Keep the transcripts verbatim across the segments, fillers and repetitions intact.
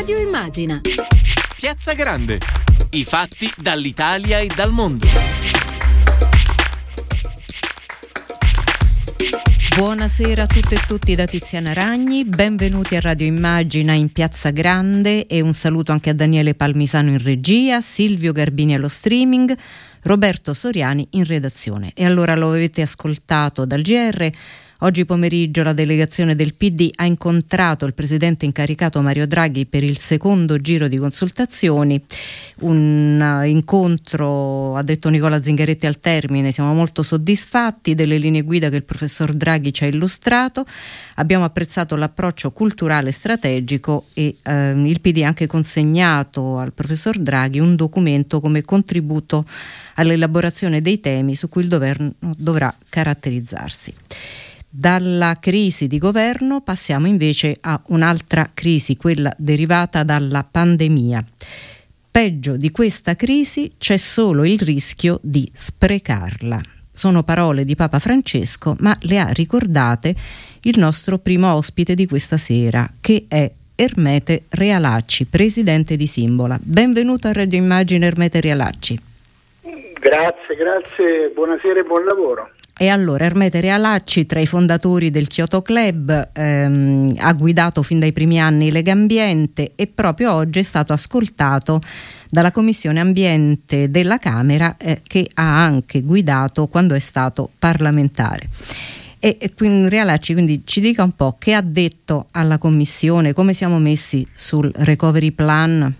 Radio Immagina. Piazza Grande. I fatti dall'Italia e dal mondo. Buonasera a tutte e tutti da Tiziana Ragni, benvenuti a Radio Immagina in Piazza Grande e un saluto anche a Daniele Palmisano in regia, Silvio Garbini allo streaming, Roberto Soriani in redazione. E allora lo avete ascoltato dal G R. Oggi pomeriggio la delegazione del P D ha incontrato il presidente incaricato Mario Draghi per il secondo giro di consultazioni. Un incontro, ha detto Nicola Zingaretti al termine, siamo molto soddisfatti delle linee guida che il professor Draghi ci ha illustrato, abbiamo apprezzato l'approccio culturale e strategico e eh, il P D ha anche consegnato al professor Draghi un documento come contributo all'elaborazione dei temi su cui il governo dovrà caratterizzarsi. Dalla crisi di governo passiamo invece a un'altra crisi, quella derivata dalla pandemia. Peggio di questa crisi c'è solo il rischio di sprecarla. Sono parole di Papa Francesco, ma le ha ricordate il nostro primo ospite di questa sera, che è Ermete Realacci, presidente di Simbola. Benvenuto a Radio Immagine, Ermete Realacci. Grazie, grazie, buonasera e buon lavoro. E allora Ermete Realacci, tra i fondatori del Kyoto Club, ehm, ha guidato fin dai primi anni Legambiente e proprio oggi è stato ascoltato dalla Commissione Ambiente della Camera, eh, che ha anche guidato quando è stato parlamentare. E, e quindi Realacci, quindi ci dica un po' che ha detto alla Commissione, come siamo messi sul recovery plan?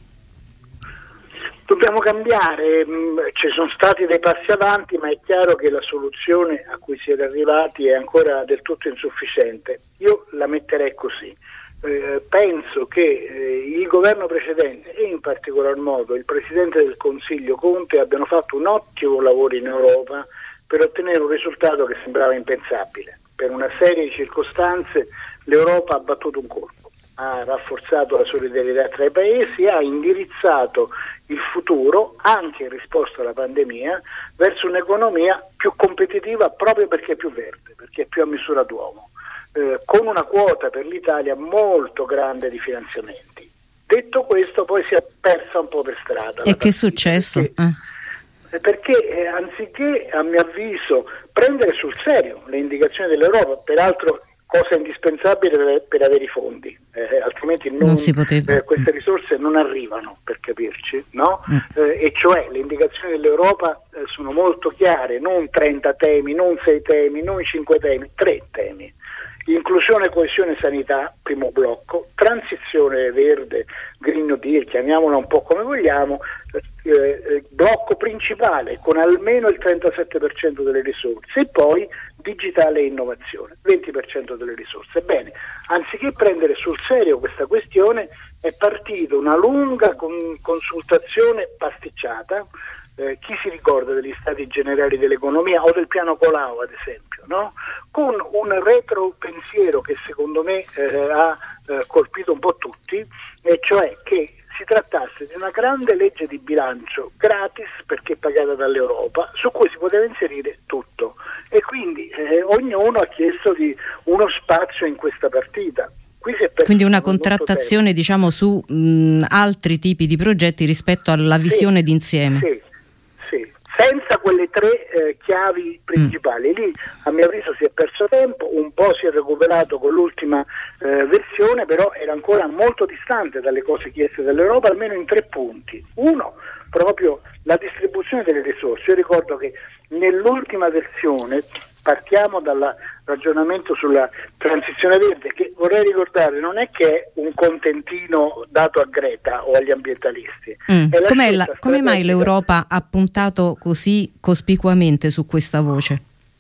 Dobbiamo cambiare, ci sono stati dei passi avanti, ma è chiaro che la soluzione a cui si è arrivati è ancora del tutto insufficiente. Io la metterei così. Eh, penso che eh, il governo precedente e in particolar modo il Presidente del Consiglio Conte abbiano fatto un ottimo lavoro in Europa per ottenere un risultato che sembrava impensabile. Per una serie di circostanze l'Europa ha battuto un colpo, ha rafforzato la solidarietà tra i paesi, ha indirizzato il futuro, anche in risposta alla pandemia, verso un'economia più competitiva proprio perché è più verde, perché è più a misura d'uomo, eh, con una quota per l'Italia molto grande di finanziamenti. Detto questo, poi si è persa un po' per strada. E che è successo? Perché, eh. perché eh, anziché, a mio avviso, prendere sul serio le indicazioni dell'Europa, peraltro cosa indispensabile per, per avere i fondi, eh, altrimenti non, non si poteva. Eh, queste risorse non arrivano, per capirci, no? Mm. Eh, e cioè le indicazioni dell'Europa eh, sono molto chiare, non trenta temi, non sei temi, non cinque temi, tre temi. Inclusione, coesione, sanità, primo blocco, transizione verde, Green New Deal, chiamiamola un po' come vogliamo, eh, eh, blocco principale con almeno il trentasette per cento delle risorse e poi digitale e innovazione, venti per cento delle risorse. Bene, anziché prendere sul serio questa questione è partita una lunga con- consultazione pasticciata. Eh, chi si ricorda degli stati generali dell'economia o del piano Colau ad esempio, no? Con un retro pensiero che secondo me eh, ha eh, colpito un po' tutti, e cioè che si trattasse di una grande legge di bilancio gratis perché pagata dall'Europa, su cui si poteva inserire tutto, e quindi eh, ognuno ha chiesto di uno spazio in questa partita. Quindi una contrattazione, diciamo, su mh, altri tipi di progetti rispetto alla visione sì, d'insieme. Sì, sì, senza quelle tre eh, chiavi principali. Mm. Lì a mio avviso si è perso tempo, un po' si è recuperato con l'ultima eh, versione, però era ancora molto distante dalle cose chieste dall'Europa, almeno in tre punti. Uno, proprio la distribuzione delle risorse. Io ricordo che nell'ultima versione partiamo dal ragionamento sulla transizione verde, che vorrei ricordare non è che è un contentino dato a Greta o agli ambientalisti. Mm. Com'è la, come mai l'Europa ha puntato così cospicuamente su questa voce?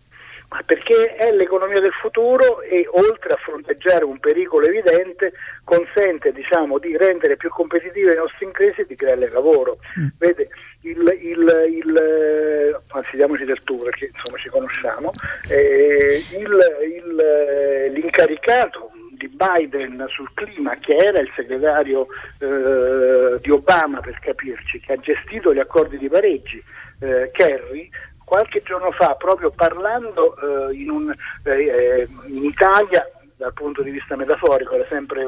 Ma perché è l'economia del futuro e oltre a fronteggiare un pericolo evidente consente, diciamo, di rendere più competitive le nostre imprese e di creare lavoro. Mm. Vede, il, il, il anzi diamoci del tu perché insomma ci conosciamo, eh, il, il, l'incaricato di Biden sul clima, che era il segretario eh, di Obama per capirci, che ha gestito gli accordi di Parigi, eh, Kerry, qualche giorno fa, proprio parlando eh, in, un, eh, in Italia, dal punto di vista metaforico, era sempre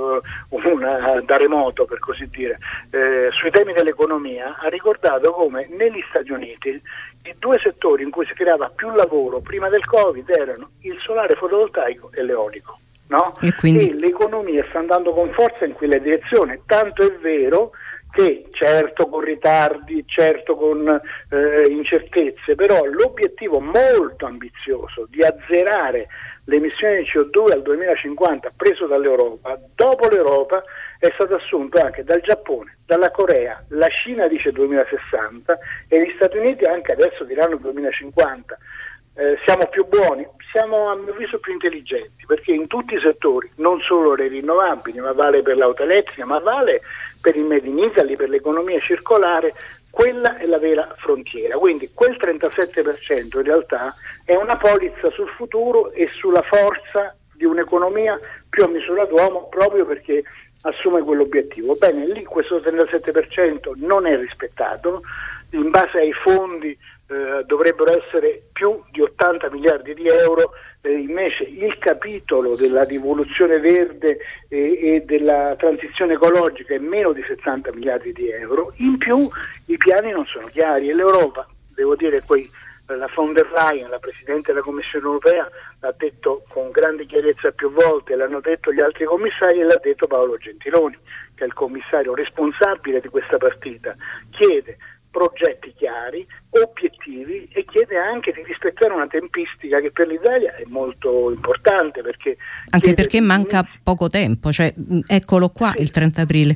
una da remoto per così dire, eh, sui temi dell'economia, ha ricordato come negli Stati Uniti i due settori in cui si creava più lavoro prima del Covid erano il solare fotovoltaico e l'eolico, no? E, quindi... e l'economia sta andando con forza in quella direzione, tanto è vero che certo con ritardi, certo con eh, incertezze, però l'obiettivo molto ambizioso di azzerare le emissioni di C O due al duemilacinquanta preso dall'Europa, dopo l'Europa è stato assunto anche dal Giappone, dalla Corea, la Cina dice duemilasessanta e gli Stati Uniti anche adesso diranno duemilacinquanta. Eh, siamo più buoni, siamo a mio avviso più intelligenti, perché in tutti i settori, non solo le rinnovabili, ma vale per l'auto elettrica, ma vale per il Made in Italy, per l'economia circolare, quella è la vera frontiera. Quindi quel trentasette per cento in realtà è una polizza sul futuro e sulla forza di un'economia più a misura d'uomo, proprio perché assume quell'obiettivo. Bene, lì questo trentasette per cento non è rispettato, in base ai fondi eh, dovrebbero essere più di ottanta miliardi di euro, eh, invece il capitolo della rivoluzione verde e, e della transizione ecologica è meno di settanta miliardi di euro, in più i piani non sono chiari e l'Europa, devo dire poi la von der Leyen, la Presidente della Commissione Europea, l'ha detto con grande chiarezza più volte, l'hanno detto gli altri commissari e l'ha detto Paolo Gentiloni, che è il commissario responsabile di questa partita, chiede progetti chiari, obiettivi e chiede anche di rispettare una tempistica che per l'Italia è molto importante, perché anche perché manca inizi... poco tempo, cioè eccolo qua sì. Il trenta aprile.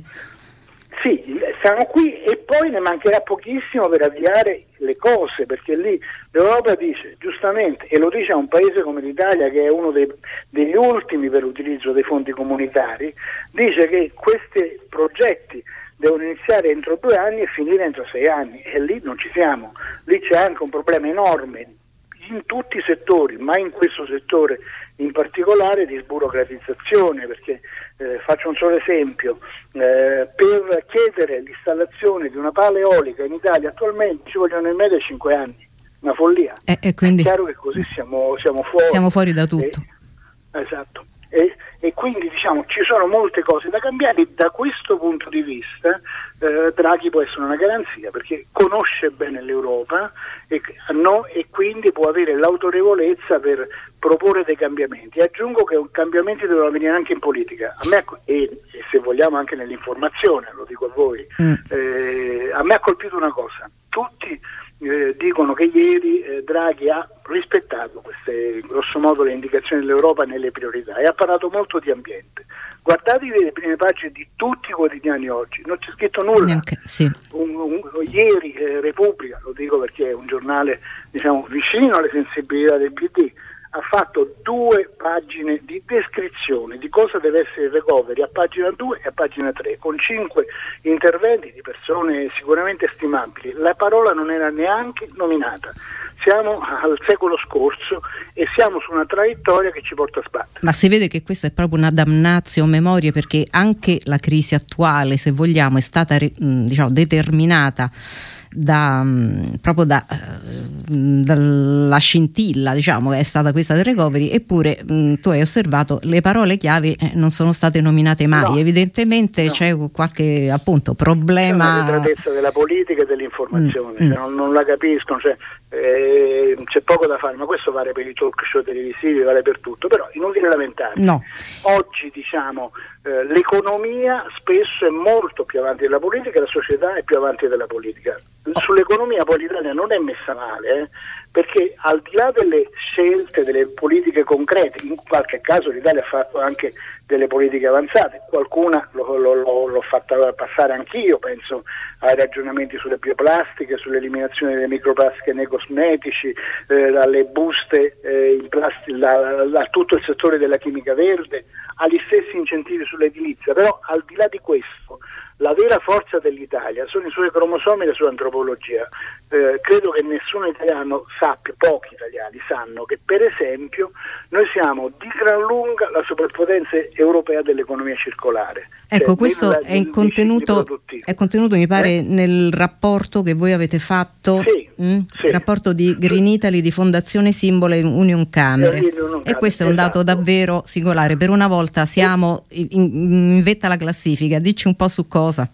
Sì, siamo qui e poi ne mancherà pochissimo per avviare le cose, perché lì l'Europa dice giustamente, e lo dice a un paese come l'Italia che è uno dei, degli ultimi per l'utilizzo dei fondi comunitari, dice che questi progetti devono iniziare entro due anni e finire entro sei anni, e lì non ci siamo. Lì c'è anche un problema enorme in tutti i settori, ma in questo settore in particolare di sburocratizzazione, perché eh, faccio un solo esempio, eh, per chiedere l'installazione di una pala eolica in Italia attualmente ci vogliono in media cinque anni, una follia. E, e quindi è chiaro che così siamo, siamo fuori. Siamo fuori da tutto. E, esatto. E, e quindi diciamo ci sono molte cose da cambiare. Da questo punto di vista eh, Draghi può essere una garanzia, perché conosce bene l'Europa e, no, e quindi può avere l'autorevolezza per proporre dei cambiamenti. Aggiungo che cambiamenti devono avvenire anche in politica, a me, e, e se vogliamo anche nell'informazione, lo dico a voi. mm. eh, a me ha colpito una cosa: tutti Eh, dicono che ieri eh, Draghi ha rispettato queste, grosso modo, le indicazioni dell'Europa nelle priorità e ha parlato molto di ambiente. Guardatevi le prime pagine di tutti i quotidiani oggi, non c'è scritto nulla. Neanche, sì. un, un, ieri eh, Repubblica, lo dico perché è un giornale diciamo vicino alle sensibilità del P D, ha fatto due pagine di descrizione di cosa deve essere il recovery a pagina due e a pagina tre, con cinque interventi di persone sicuramente stimabili. La parola non era neanche nominata. Siamo al secolo scorso e siamo su una traiettoria che ci porta a sbattere. Ma si vede che questa è proprio una damnatio memoria, perché anche la crisi attuale, se vogliamo, è stata diciamo determinata da proprio da dalla scintilla, diciamo, che è stata questa del recovery, eppure mh, tu hai osservato le parole chiave eh, non sono state nominate mai. No, evidentemente no. C'è qualche appunto problema, c'è una arretratezza della politica e dell'informazione, mm, cioè, mm. Non, non la capiscono, cioè, eh, c'è poco da fare, ma questo vale per i talk show televisivi, vale per tutto, però inutile lamentarsi. No. Oggi diciamo eh, l'economia spesso è molto più avanti della politica e la società è più avanti della politica. Sull'economia poi l'Italia non è messa male, eh, perché al di là delle scelte, delle politiche concrete, in qualche caso l'Italia ha fatto anche delle politiche avanzate, qualcuna lo, lo, lo, l'ho fatta passare anch'io, penso ai ragionamenti sulle bioplastiche, sull'eliminazione delle microplastiche nei cosmetici, eh, dalle buste eh, in plastica, a tutto il settore della chimica verde, agli stessi incentivi sull'edilizia. Però al di là di questo, la vera forza dell'Italia sono i suoi cromosomi e la sua antropologia. Eh, credo che nessuno italiano sappia, pochi italiani sanno che per esempio noi siamo di gran lunga la superpotenza europea dell'economia circolare. Ecco, cioè, questo nella, è, contenuto, è contenuto mi pare eh? nel rapporto che voi avete fatto sì, Mm? Sì. Il rapporto di Green Italy di Fondazione Simbolo e Union Camere. E questo è un dato esatto. davvero singolare. Per una volta siamo in, in vetta alla classifica. Dici un po' su cosa.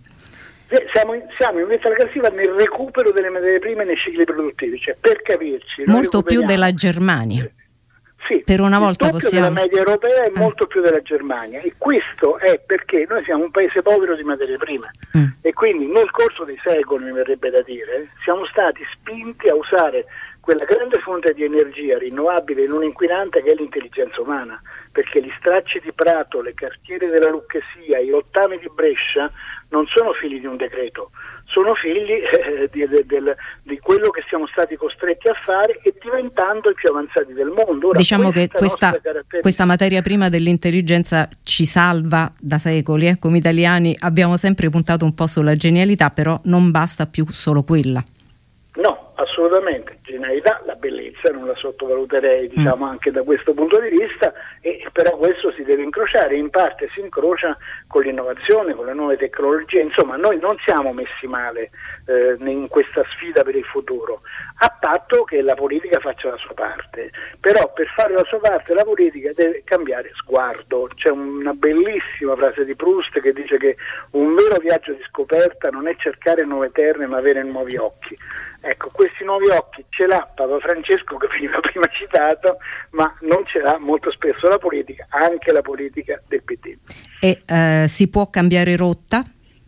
Siamo in, siamo in vetta alla classifica nel recupero delle materie prime nei cicli produttivi, cioè per capirci. Molto più della Germania. Sì, per una volta il doppio possiamo. della media europea è eh. molto più della Germania, e questo è perché noi siamo un paese povero di materie prime mm. e quindi nel corso dei secoli, mi verrebbe da dire, siamo stati spinti a usare quella grande fonte di energia rinnovabile e non inquinante che è l'intelligenza umana, perché gli stracci di Prato, le cartiere della Lucchesia, i rottami di Brescia non sono figli di un decreto, sono figli eh, di, de, del, di quello che siamo stati costretti a fare e diventando i più avanzati del mondo. Ora, diciamo che questa, questa materia prima dell'intelligenza ci salva da secoli, eh? Come italiani abbiamo sempre puntato un po' sulla genialità, però non basta più solo quella. No, assolutamente, genialità, la bellezza non la sottovaluterei, diciamo, mm. anche da questo punto di vista, e però questo si deve incrociare, in parte si incrocia con l'innovazione, con le nuove tecnologie, insomma noi non siamo messi male eh, in questa sfida per il futuro, a patto che la politica faccia la sua parte, però per fare la sua parte la politica deve cambiare sguardo. C'è una bellissima frase di Proust che dice che un vero viaggio di scoperta non è cercare nuove terre ma avere nuovi occhi. Ecco, questi nuovi occhi ce l'ha Papa Francesco, che veniva prima citato, ma non ce l'ha molto spesso la politica, anche la politica del P D. E eh, si può cambiare rotta?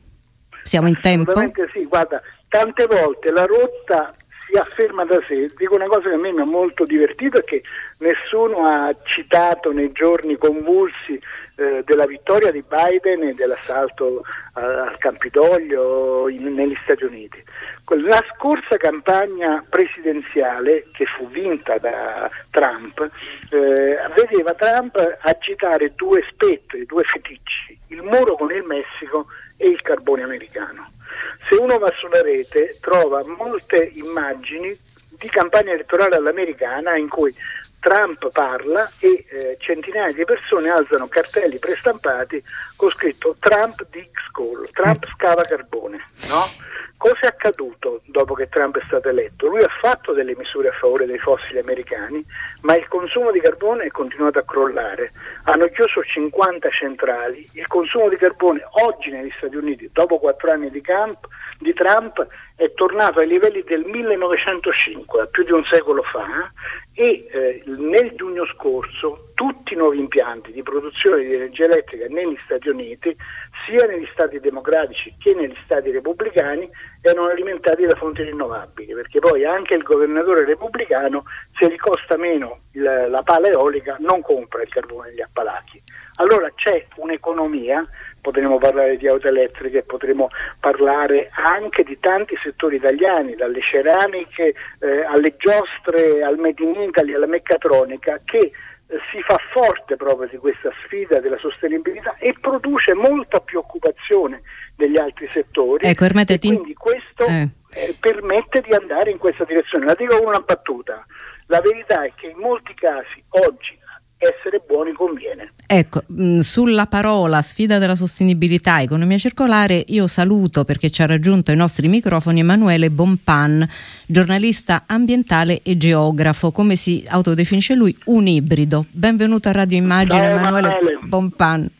Siamo in tempo? Assolutamente sì, guarda, tante volte la rotta si afferma da sé. Dico una cosa che a me mi ha molto divertito e che nessuno ha citato nei giorni convulsi eh, della vittoria di Biden e dell'assalto eh, al Campidoglio in, negli Stati Uniti. La scorsa campagna presidenziale, che fu vinta da Trump, eh, vedeva Trump agitare due spettri, due feticci, il muro con il Messico e il carbone americano. Se uno va sulla rete trova molte immagini di campagna elettorale all'americana in cui Trump parla e eh, centinaia di persone alzano cartelli prestampati con scritto Trump digs coal, Trump scava carbone, no? Cosa è accaduto dopo che Trump è stato eletto? Lui ha fatto delle misure a favore dei fossili americani, ma il consumo di carbone è continuato a crollare. Hanno chiuso cinquanta centrali, il consumo di carbone oggi negli Stati Uniti, dopo quattro anni di, camp, di Trump, è tornato ai livelli del millenovecentocinque, più di un secolo fa, e eh, nel giugno scorso tutti i nuovi impianti di produzione di energia elettrica negli Stati Uniti, sia negli stati democratici che negli stati repubblicani, erano alimentati da fonti rinnovabili, perché poi anche il governatore repubblicano, se gli costa meno la, la pala eolica, non compra il carbone degli Appalachi. Allora c'è un'economia, potremo parlare di auto elettriche, potremo parlare anche di tanti settori italiani, dalle ceramiche eh, alle giostre, al Made in Italy, alla meccatronica, che eh, si fa forte proprio di questa sfida della sostenibilità e produce molta più occupazione degli altri settori. Ecco, Ermete, e ti... quindi questo eh. Eh, permette di andare in questa direzione. La dico con una battuta: la verità è che in molti casi oggi essere buoni conviene. Ecco, mh, sulla parola sfida della sostenibilità, economia circolare, io saluto, perché ci ha raggiunto ai nostri microfoni, Emanuele Bonpan, giornalista ambientale e geografo, come si autodefinisce lui, un ibrido. Benvenuto a Radio Immagine. Ciao, Emanuele, Emanuele Bonpan.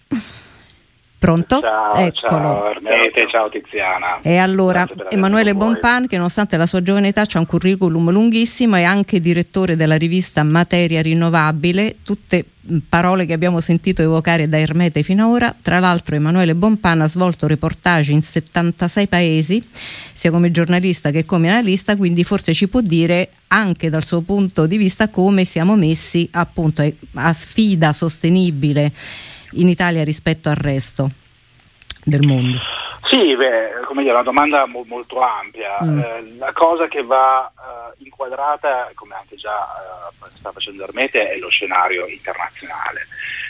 Pronto? Ciao, Eccolo. Ciao Ermete, ciao Tiziana. E allora Emanuele Bonpan, che nonostante la sua giovane età c'ha un curriculum lunghissimo, è anche direttore della rivista Materia Rinnovabile, tutte parole che abbiamo sentito evocare da Ermete fino ad ora. Tra l'altro Emanuele Bonpan ha svolto reportage in settantasei paesi, sia come giornalista che come analista, quindi forse ci può dire anche dal suo punto di vista come siamo messi appunto a sfida sostenibile in Italia rispetto al resto del mondo. Sì, beh, come dire, una domanda mo- molto ampia. Mm. Eh, la cosa che va eh, inquadrata, come anche già eh, sta facendo Ermete, è lo scenario internazionale.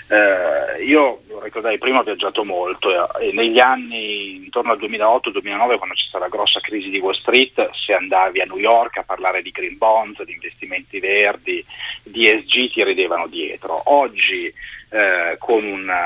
Eh, io, lo ricordai prima, ho viaggiato molto e, e negli anni intorno al duemilaotto duemilanove, quando c'è stata la grossa crisi di Wall Street, se andavi a New York a parlare di green bonds, di investimenti verdi, di E S G, ti ridevano dietro. Oggi eh, con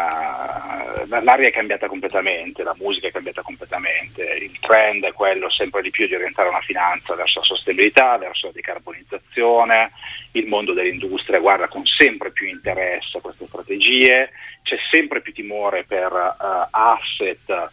una, l'aria è cambiata completamente, la musica è cambiata completamente, il trend è quello sempre di più di orientare una finanza verso la sostenibilità, verso la decarbonizzazione, il mondo dell'industria guarda con sempre più interesse a queste strategie, c'è sempre più timore per uh, asset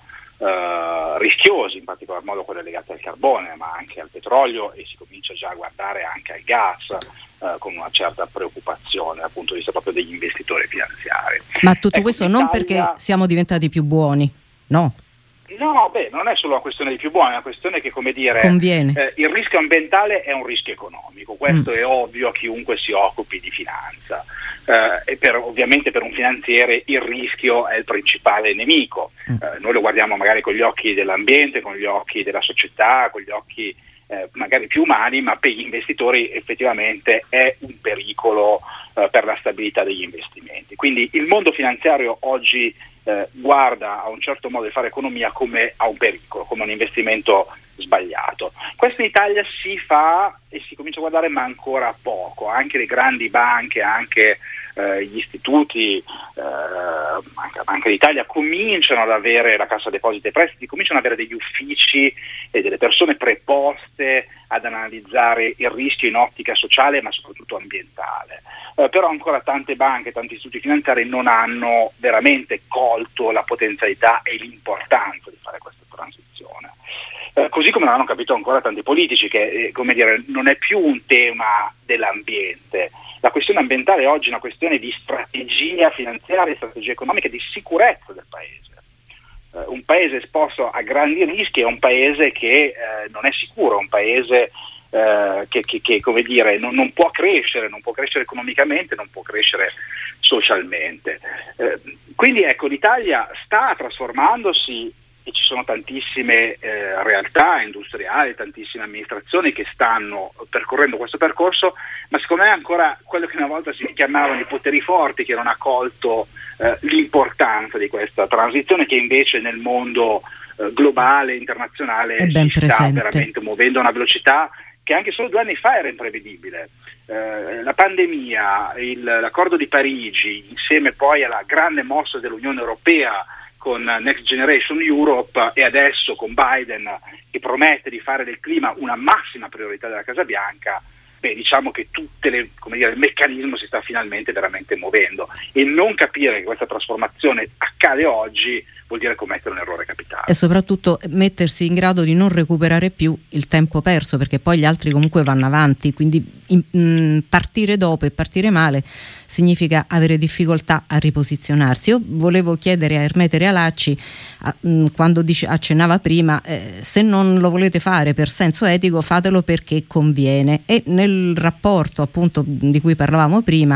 Uh, rischiosi, in particolar modo quelli legati al carbone, ma anche al petrolio, e si comincia già a guardare anche al gas uh, con una certa preoccupazione dal punto di vista proprio degli investitori finanziari. Ma tutto ecco, questo l'Italia... non perché siamo diventati più buoni, no? No, beh, non è solo una questione di più buoni, è una questione che, come dire, eh, il rischio ambientale è un rischio economico, questo mm. è ovvio a chiunque si occupi di finanza. Eh, e per, ovviamente per un finanziere il rischio è il principale nemico. Eh, noi lo guardiamo magari con gli occhi dell'ambiente, con gli occhi della società, con gli occhi eh, magari più umani, ma per gli investitori effettivamente è un pericolo eh, per la stabilità degli investimenti. Quindi il mondo finanziario oggi eh, guarda a un certo modo di fare economia come a un pericolo, come un investimento sbagliato. Questo in Italia si fa e si comincia a guardare, ma ancora poco. Anche le grandi banche, anche eh, gli istituti, eh, anche la Banca d'Italia cominciano ad avere, la Cassa Depositi e Prestiti, cominciano ad avere degli uffici e delle persone preposte ad analizzare il rischio in ottica sociale, ma soprattutto ambientale. Eh, però ancora tante banche, tanti istituti finanziari non hanno veramente colto la potenzialità e l'importanza di fare questa transizione. Eh, così come non hanno capito ancora tanti politici che, eh, come dire, non è più un tema dell'ambiente. La questione ambientale oggi è una questione di strategia finanziaria, strategia economica, di sicurezza del paese. Eh, un paese esposto a grandi rischi è un paese che eh, non è sicuro, un paese eh, che, che, che come dire, non, non può crescere, non può crescere economicamente, non può crescere socialmente. Eh, quindi ecco, l'Italia sta trasformandosi e ci sono tantissime eh, realtà industriali, tantissime amministrazioni che stanno percorrendo questo percorso, ma secondo me è ancora quello che una volta si chiamavano i poteri forti che non ha colto eh, l'importanza di questa transizione, che invece nel mondo eh, globale, internazionale, è ben si presente. sta veramente muovendo a una velocità che anche solo due anni fa era imprevedibile. Eh, la pandemia, il, l'accordo di Parigi, insieme poi alla grande mossa dell'Unione Europea con Next Generation Europe, e adesso con Biden che promette di fare del clima una massima priorità della Casa Bianca, beh, diciamo che tutte le, come dire, il meccanismo si sta finalmente veramente muovendo, e non capire che questa trasformazione accade oggi vuol dire commettere un errore capitale. E soprattutto mettersi in grado di non recuperare più il tempo perso, perché poi gli altri comunque vanno avanti, quindi in, mh, partire dopo e partire male significa avere difficoltà a riposizionarsi. Io volevo chiedere a Ermete Realacci, a, mh, quando dice, accennava prima, eh, se non lo volete fare per senso etico, fatelo perché conviene, e nel rapporto appunto di cui parlavamo prima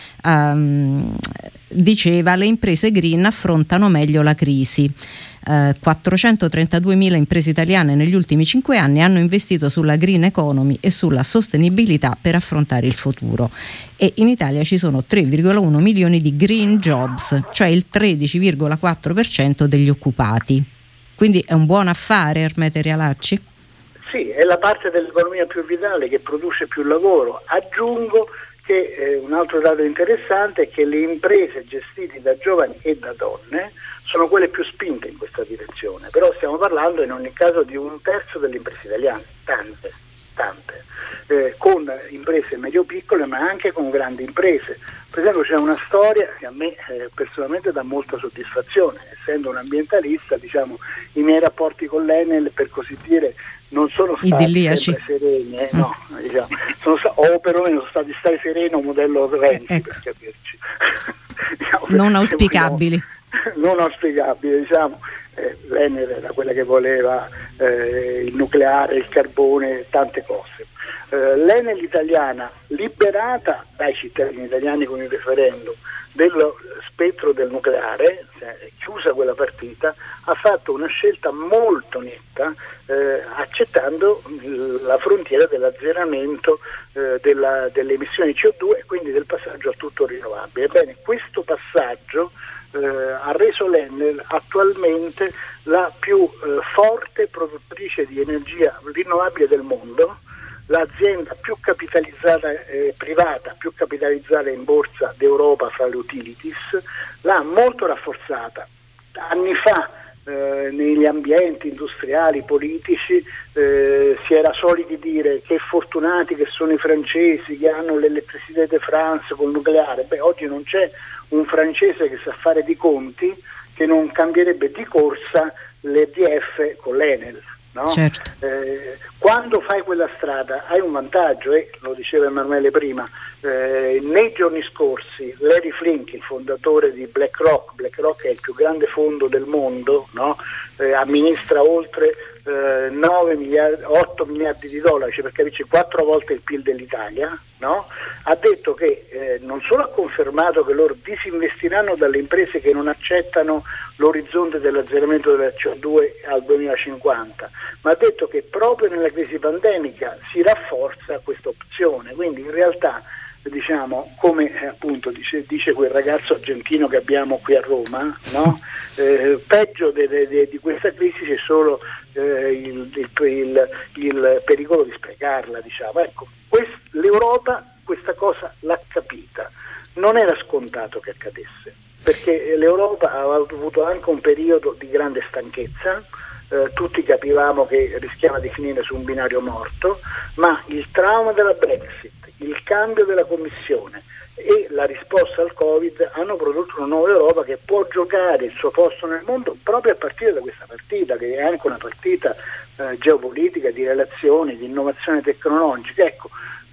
Um, diceva le imprese green affrontano meglio la crisi. Uh, quattrocentotrentaduemila imprese italiane negli ultimi cinque anni hanno investito sulla green economy e sulla sostenibilità per affrontare il futuro, e in Italia ci sono tre virgola uno milioni di green jobs, cioè il tredici virgola quattro per cento degli occupati. Quindi è un buon affare, Ermete Realacci? Sì, è la parte dell'economia più vitale che produce più lavoro. Aggiungo che eh, un altro dato interessante è che le imprese gestite da giovani e da donne sono quelle più spinte in questa direzione, però stiamo parlando in ogni caso di un terzo delle imprese italiane, tante, tante, eh, con imprese medio-piccole ma anche con grandi imprese. Per esempio c'è una storia che a me eh, personalmente dà molta soddisfazione, essendo un ambientalista, diciamo, i miei rapporti con l'Enel, per così dire, non sono stati idilliaci, sempre sereni, eh, no, diciamo, sono sta- o perlomeno sono stati stai sereno modello Renzi, eh, ecco. per capirci. diciamo, non auspicabili. Non auspicabile, diciamo. Eh, l'Enel era quella che voleva eh, il nucleare, il carbone, tante cose. Eh, L'Enel italiana, liberata dai cittadini italiani con il referendum dello spettro del nucleare, cioè, chiusa quella partita, ha fatto una scelta molto netta, eh, accettando la frontiera dell'azzeramento eh, della, delle emissioni C O due e quindi del passaggio a tutto rinnovabile. Ebbene, questo passaggio eh, ha reso l'Enel attualmente la più eh, forte produttrice di energia rinnovabile del mondo, l'azienda più capitalizzata eh, privata, più capitalizzata in borsa d'Europa fra le utilities, l'ha molto rafforzata. Anni fa eh, negli ambienti industriali, politici, eh, si era soliti dire che fortunati che sono i francesi che hanno l'Electricité de France col nucleare. Beh, oggi non c'è un francese che sa fare di conti che non cambierebbe di corsa l'E D F con l'Enel. No? Certo. Eh, quando fai quella strada hai un vantaggio, e lo diceva Emanuele prima, eh, nei giorni scorsi Larry Flink, il fondatore di BlackRock, BlackRock è il più grande fondo del mondo, no? eh, amministra oltre eh, nove miliardi, otto miliardi di dollari, cioè per capirci quattro volte il P I L dell'Italia, no? Ha detto che eh, non solo ha confermato che loro disinvestiranno dalle imprese che non accettano l'orizzonte dell'azzeramento della C O due al duemilacinquanta, ma ha detto che proprio nella crisi pandemica si rafforza questa opzione. Quindi in realtà, diciamo, come eh, appunto dice, dice quel ragazzo argentino che abbiamo qui a Roma, no? eh, peggio de, de, de, di questa crisi c'è solo eh, il, il, il, il pericolo di sprecarla, diciamo. Ecco, quest, l'Europa questa cosa l'ha capita, non era scontato che accadesse, perché l'Europa aveva avuto anche un periodo di grande stanchezza, eh, tutti capivamo che rischiava di finire su un binario morto, ma il trauma della Brexit, il cambio della Commissione e la risposta al Covid hanno prodotto una nuova Europa che può giocare il suo posto nel mondo proprio a partire da questa partita, che è anche una partita eh, geopolitica, di relazioni, di innovazione tecnologica. Ecco,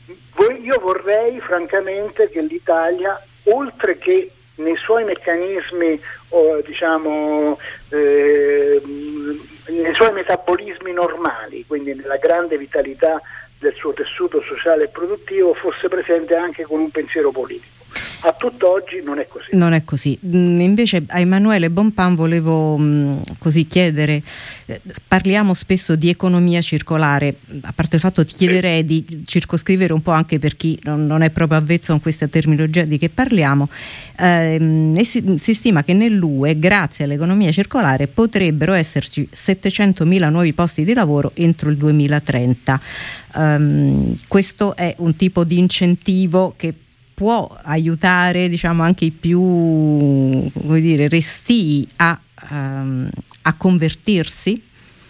io vorrei francamente che l'Italia, oltre che nei suoi meccanismi, o, diciamo, eh, nei suoi metabolismi normali, quindi nella grande vitalità del suo tessuto sociale e produttivo, fosse presente anche con un pensiero politico. A tutt'oggi non è così. Non è così. Invece a Emanuele Bonpan volevo mh, così chiedere, eh, parliamo spesso di economia circolare, a parte il fatto ti chiederei di circoscrivere un po' anche per chi non, non è proprio avvezzo con questa terminologia di che parliamo, eh, e si, si stima che nell'U E grazie all'economia circolare potrebbero esserci settecentomila nuovi posti di lavoro entro il duemilatrenta. Um, questo è un tipo di incentivo che può aiutare, diciamo, anche i più, come dire, restii a, um, a convertirsi?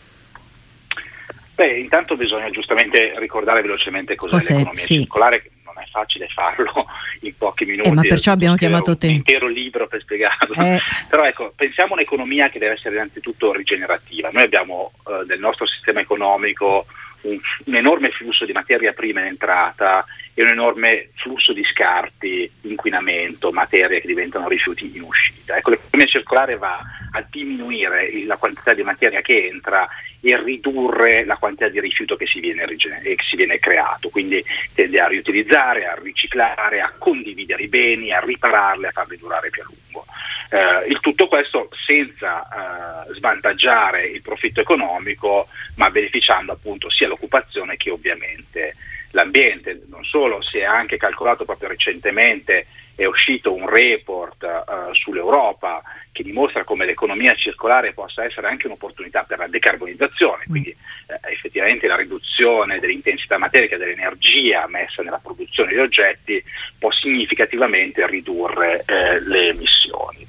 Beh, intanto bisogna giustamente ricordare velocemente cos'è, cos'è l'economia sì. circolare. Non è facile farlo in pochi minuti. Eh, ma perciò abbiamo chiamato te. Un intero libro per spiegarlo. Eh. Però ecco, pensiamo a un'economia che deve essere innanzitutto rigenerativa. Noi abbiamo eh, nel nostro sistema economico un, un enorme flusso di materia prima in entrata e un enorme flusso di scarti, inquinamento, materie che diventano rifiuti in uscita. Ecco, l'economia circolare va a diminuire la quantità di materia che entra e ridurre la quantità di rifiuto che si viene, che si viene creato, quindi tende a riutilizzare, a riciclare, a condividere i beni, a ripararli, a farli durare più a lungo. Eh, il tutto questo senza eh, svantaggiare il profitto economico, ma beneficiando appunto sia l'occupazione che ovviamente l'ambiente. Non solo, si è anche calcolato proprio recentemente, è uscito un report uh, sull'Europa che dimostra come l'economia circolare possa essere anche un'opportunità per la decarbonizzazione, quindi eh, effettivamente la riduzione dell'intensità materica dell'energia messa nella produzione di oggetti può significativamente ridurre eh, le emissioni.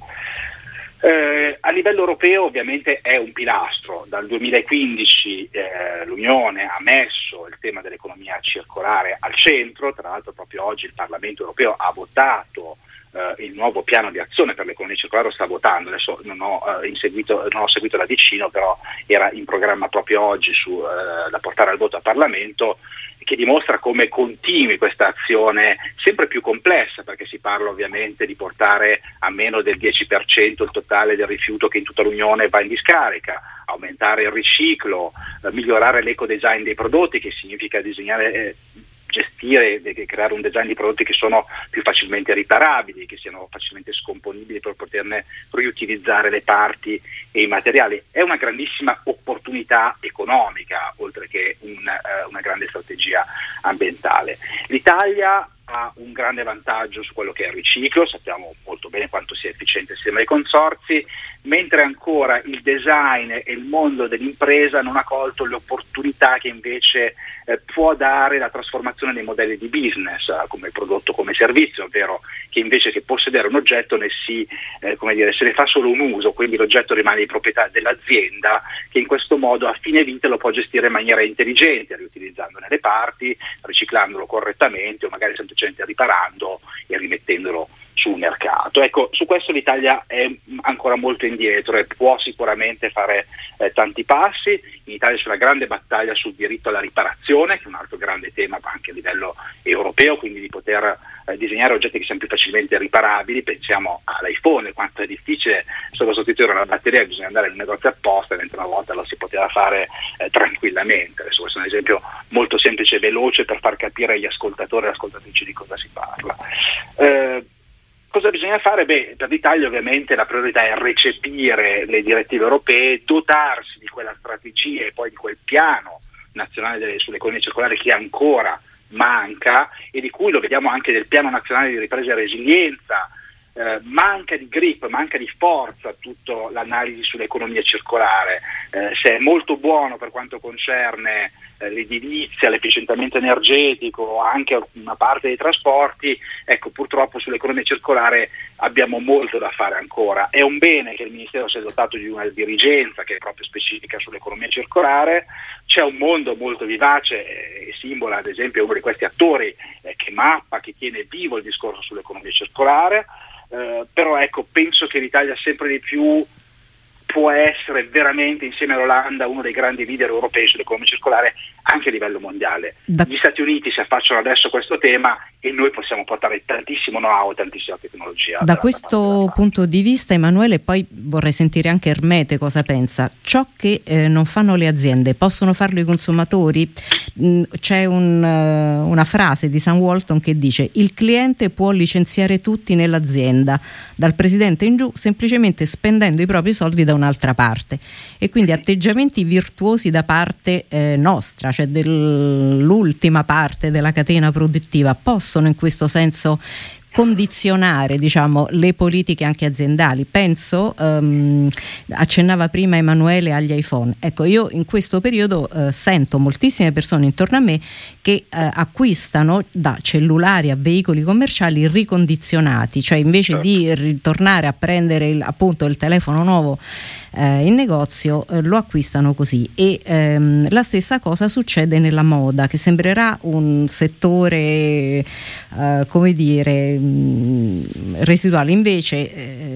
Eh, a livello europeo ovviamente è un pilastro. Dal duemilaquindici eh, l'Unione ha messo il tema dell'economia circolare al centro, tra l'altro proprio oggi il Parlamento europeo ha votato eh, il nuovo piano di azione per l'economia circolare, lo sta votando, adesso non ho, eh, inseguito, non ho seguito da vicino, però era in programma proprio oggi su, eh, da portare al voto al Parlamento, che dimostra come continui questa azione sempre più complessa, perché si parla ovviamente di portare a meno del dieci per cento il totale del rifiuto che in tutta l'Unione va in discarica, aumentare il riciclo, eh, migliorare l'ecodesign dei prodotti, che significa disegnare, eh, gestire e creare un design di prodotti che sono più facilmente riparabili, che siano facilmente scomponibili per poterne riutilizzare le parti e i materiali. È una grandissima opportunità economica, oltre che un, eh, una grande strategia ambientale. L'Italia ha un grande vantaggio su quello che è il riciclo, sappiamo molto bene quanto sia efficiente il sistema dei consorzi, mentre ancora il design e il mondo dell'impresa non ha colto le opportunità che invece eh, può dare la trasformazione dei modelli di business, eh, come prodotto come servizio, ovvero che invece che possedere un oggetto ne si, eh, come dire, se ne fa solo un uso, quindi l'oggetto rimane di proprietà dell'azienda, che in questo modo a fine vita lo può gestire in maniera intelligente, riutilizzandone le parti, riciclandolo correttamente o magari semplicemente riparando e rimettendolo sul mercato. Ecco, su questo l'Italia è ancora molto indietro e può sicuramente fare eh, tanti passi. In Italia c'è una grande battaglia sul diritto alla riparazione, che è un altro grande tema anche a livello europeo, quindi di poter eh, disegnare oggetti che siano più facilmente riparabili. Pensiamo all'iPhone, quanto è difficile solo sostituire una batteria, bisogna andare in un negozio apposta, mentre una volta lo si poteva fare eh, tranquillamente. Adesso questo è un esempio molto semplice e veloce per far capire agli ascoltatori e alle ascoltatrici di cosa si parla. Eh, Cosa bisogna fare? Beh, per l'Italia ovviamente la priorità è recepire le direttive europee, dotarsi di quella strategia e poi di quel piano nazionale delle, sull'economia circolare che ancora manca e di cui lo vediamo anche nel piano nazionale di ripresa e resilienza. Eh, manca di grip, manca di forza tutta l'analisi sull'economia circolare. Eh, se è molto buono per quanto concerne eh, l'edilizia, l'efficientamento energetico, anche una parte dei trasporti, ecco, purtroppo sull'economia circolare abbiamo molto da fare ancora. È un bene che il Ministero sia dotato di una dirigenza che è proprio specifica sull'economia circolare. C'è un mondo molto vivace e eh, Simbola ad esempio è uno di questi attori eh, che mappa, che tiene vivo il discorso sull'economia circolare. Uh, però ecco, penso che l'Italia sempre di più può essere veramente, insieme all'Olanda, uno dei grandi leader europei sull'economia circolare anche a livello mondiale. Da... Gli Stati Uniti si affacciano adesso a questo tema e noi possiamo portare tantissimo know-how e tantissima tecnologia. Da questo punto di vista, Emanuele, poi vorrei sentire anche Ermete cosa pensa. Ciò che eh, non fanno le aziende, possono farlo i consumatori? Mm, c'è un, uh, una frase di Sam Walton che dice: il cliente può licenziare tutti nell'azienda, dal presidente in giù, semplicemente spendendo i propri soldi da un'altra parte. E quindi atteggiamenti virtuosi da parte eh, nostra, cioè dell'ultima parte della catena produttiva, possono in questo senso condizionare, diciamo, le politiche anche aziendali. Penso, um, accennava prima Emanuele agli iPhone. Ecco, io in questo periodo uh, sento moltissime persone intorno a me che uh, acquistano da cellulari a veicoli commerciali ricondizionati, cioè invece di ritornare a prendere il, appunto il telefono nuovo eh, in negozio, eh, lo acquistano così. E ehm, la stessa cosa succede nella moda, che sembrerà un settore eh, come dire residuale, invece eh,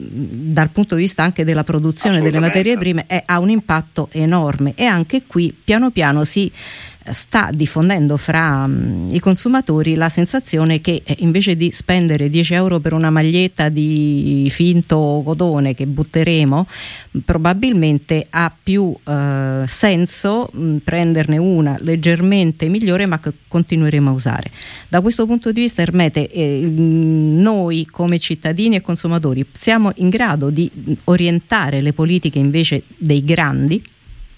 dal punto di vista anche della produzione delle materie prime è, ha un impatto enorme, e anche qui piano piano si sta diffondendo fra um, i consumatori la sensazione che eh, invece di spendere dieci euro per una maglietta di finto cotone che butteremo, probabilmente ha più uh, senso mh, prenderne una leggermente migliore ma che continueremo a usare. Da questo punto di vista, Ermete, eh, noi come cittadini e consumatori siamo in grado di orientare le politiche invece dei grandi?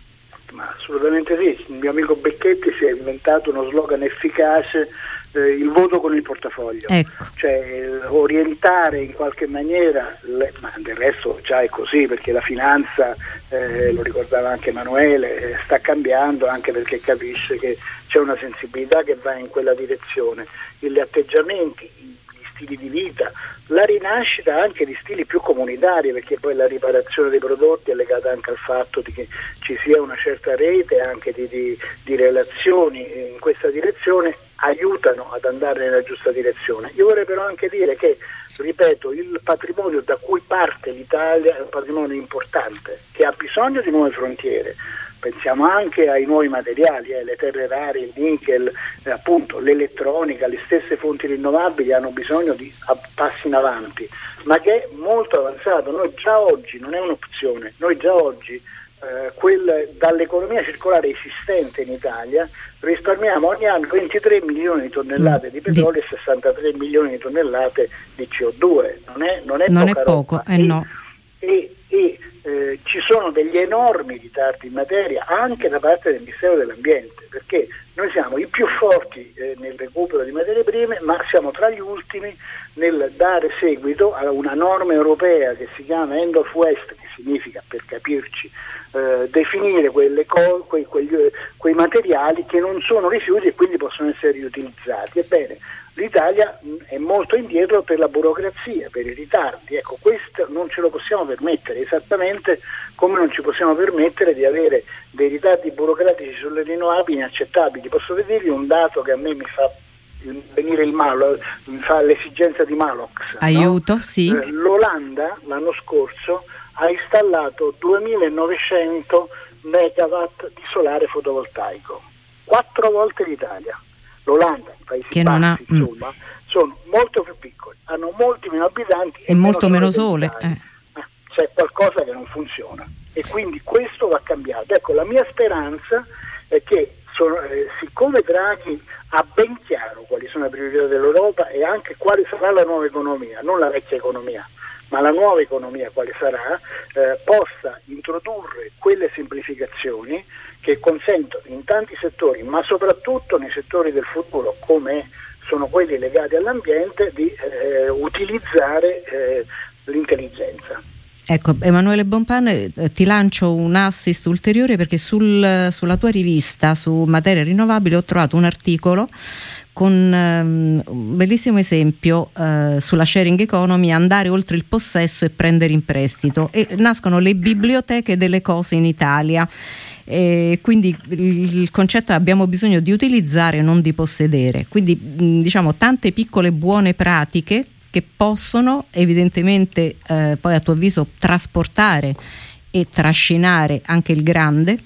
Ma assolutamente sì, il mio amico Becchetti si è inventato uno slogan efficace, eh, il voto con il portafoglio, ecco. Cioè eh, orientare in qualche maniera, le, ma del resto già è così, perché la finanza, eh, lo ricordava anche Emanuele, eh, sta cambiando, anche perché capisce che c'è una sensibilità che va in quella direzione, e gli atteggiamenti, stili di vita, la rinascita anche di stili più comunitari, perché poi la riparazione dei prodotti è legata anche al fatto di che ci sia una certa rete anche di, di, di relazioni in questa direzione, aiutano ad andare nella giusta direzione. Io vorrei però anche dire che, ripeto, il patrimonio da cui parte l'Italia è un patrimonio importante, che ha bisogno di nuove frontiere. Pensiamo anche ai nuovi materiali, eh, le terre rare, il nickel, eh, appunto l'elettronica, le stesse fonti rinnovabili hanno bisogno di passi in avanti, ma che è molto avanzato. Noi già oggi, non è un'opzione, noi già oggi eh, quel, dall'economia circolare esistente in Italia risparmiamo ogni anno ventitré milioni di tonnellate di petrolio e sessantatré milioni di tonnellate di C O due. Non è, non è non poca è poco, roba. eh no. E, e e eh, ci sono degli enormi ritardi in materia anche da parte del Ministero dell'Ambiente, perché noi siamo i più forti eh, nel recupero di materie prime, ma siamo tra gli ultimi nel dare seguito a una norma europea che si chiama End of Waste, che significa, per capirci, eh, definire quelle co- quei, quegli, quei materiali che non sono rifiuti e quindi possono essere riutilizzati. Ebbene, l'Italia mh, è molto indietro per la burocrazia, per i ritardi. Ecco, questo non ce lo possiamo permettere, esattamente come non ci possiamo permettere di avere dei ritardi burocratici sulle rinnovabili inaccettabili. Posso dirvi un dato che a me mi fa venire il malo, mi fa l'esigenza di Malox. Aiuto, no? sì. Eh, L'Olanda l'anno scorso ha installato duemilanovecento megawatt di solare fotovoltaico, quattro volte l'Italia. L'Olanda, i Paesi che Bassi, non ha, insomma, mm. sono molto più piccoli, hanno molti meno abitanti e, e molto meno sole. Eh. Eh, c'è qualcosa che non funziona e quindi questo va cambiato. Ecco, la mia speranza è che sono, eh, siccome Draghi ha ben chiaro quali sono le priorità dell'Europa e anche quale sarà la nuova economia, non la vecchia economia, ma la nuova economia quale sarà, eh, possa introdurre quelle semplificazioni che consentono in tanti settori, ma soprattutto nei settori del futuro, come sono quelli legati all'ambiente, di eh, utilizzare eh, l'intelligenza. Ecco, Emanuele Bonpan, ti lancio un assist ulteriore perché sul, sulla tua rivista su materie rinnovabili ho trovato un articolo con um, un bellissimo esempio uh, sulla sharing economy, andare oltre il possesso e prendere in prestito, e nascono le biblioteche delle cose in Italia. E quindi il concetto è: abbiamo bisogno di utilizzare, non di possedere. Quindi diciamo tante piccole buone pratiche che possono evidentemente eh, poi a tuo avviso trasportare e trascinare anche il grande.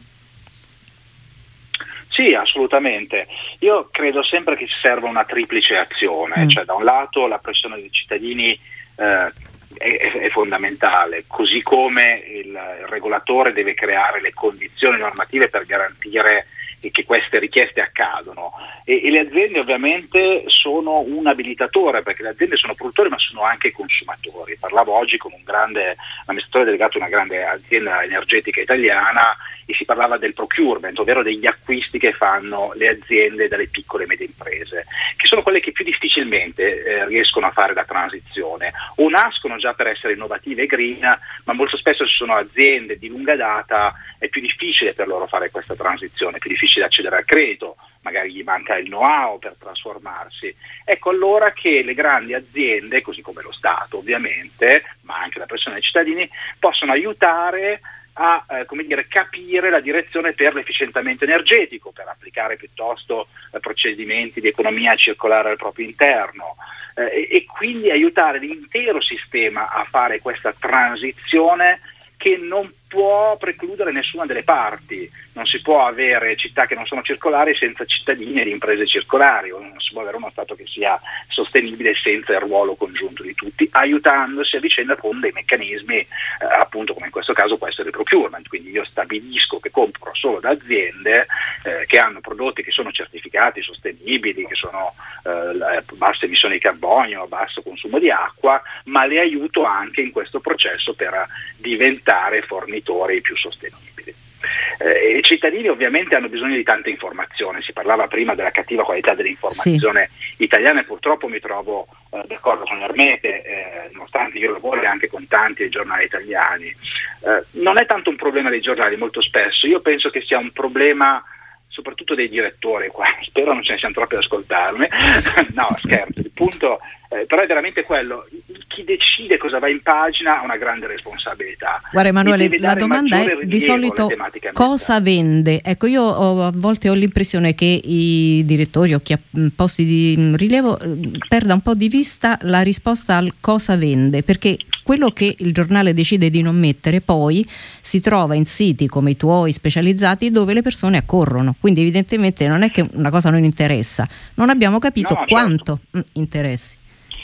Sì, assolutamente. Io credo sempre che ci serva una triplice azione, mm. cioè da un lato la pressione dei cittadini eh, è, è fondamentale, così come il, il regolatore deve creare le condizioni normative per garantire che queste richieste accadono, e, e le aziende ovviamente sono un abilitatore, perché le aziende sono produttori ma sono anche consumatori. Parlavo oggi con un grande amministratore delegato di una grande azienda energetica italiana e si parlava del procurement, ovvero degli acquisti che fanno le aziende dalle piccole e medie imprese, che sono quelle che più difficilmente eh, riescono a fare la transizione, o nascono già per essere innovative e green, ma molto spesso ci sono aziende di lunga data, è più difficile per loro fare questa transizione, è più difficile accedere al credito, magari gli manca il know-how per trasformarsi. Ecco allora che le grandi aziende, così come lo Stato ovviamente, ma anche la pressione dei cittadini, possono aiutare a eh, come dire, capire la direzione per l'efficientamento energetico, per applicare piuttosto eh, procedimenti di economia circolare al proprio interno, eh, e, e quindi aiutare l'intero sistema a fare questa transizione che non può precludere nessuna delle parti. Non si può avere città che non sono circolari senza cittadini ed imprese circolari, o non si può avere uno Stato che sia sostenibile senza il ruolo congiunto di tutti, aiutandosi a vicenda con dei meccanismi eh, appunto come in questo caso può essere il procurement. Quindi io stabilisco che compro solo da aziende eh, che hanno prodotti che sono certificati sostenibili, che sono eh, basse emissioni di carbonio, basso consumo di acqua, ma le aiuto anche in questo processo per diventare fornitori più sostenibili. Eh, I cittadini ovviamente hanno bisogno di tanta informazione, si parlava prima della cattiva qualità dell'informazione sì. italiana, e purtroppo mi trovo eh, d'accordo con Ermete, eh, nonostante io lavori anche con tanti giornali italiani. Eh, non è tanto un problema dei giornali, molto spesso io penso che sia un problema soprattutto dei direttori qua, spero non ce ne siano troppi ad ascoltarmi. No, scherzo, il punto eh, però è veramente quello: chi decide cosa va in pagina ha una grande responsabilità. Guarda Emanuele, la domanda è di solito cosa vende. Ecco, io ho, a volte ho l'impressione che i direttori o chi ha posti di rilievo perda un po' di vista la risposta al cosa vende, perché quello che il giornale decide di non mettere poi si trova in siti come i tuoi specializzati dove le persone accorrono, quindi evidentemente non è che una cosa non interessa, non abbiamo capito no, quanto certo. interessi.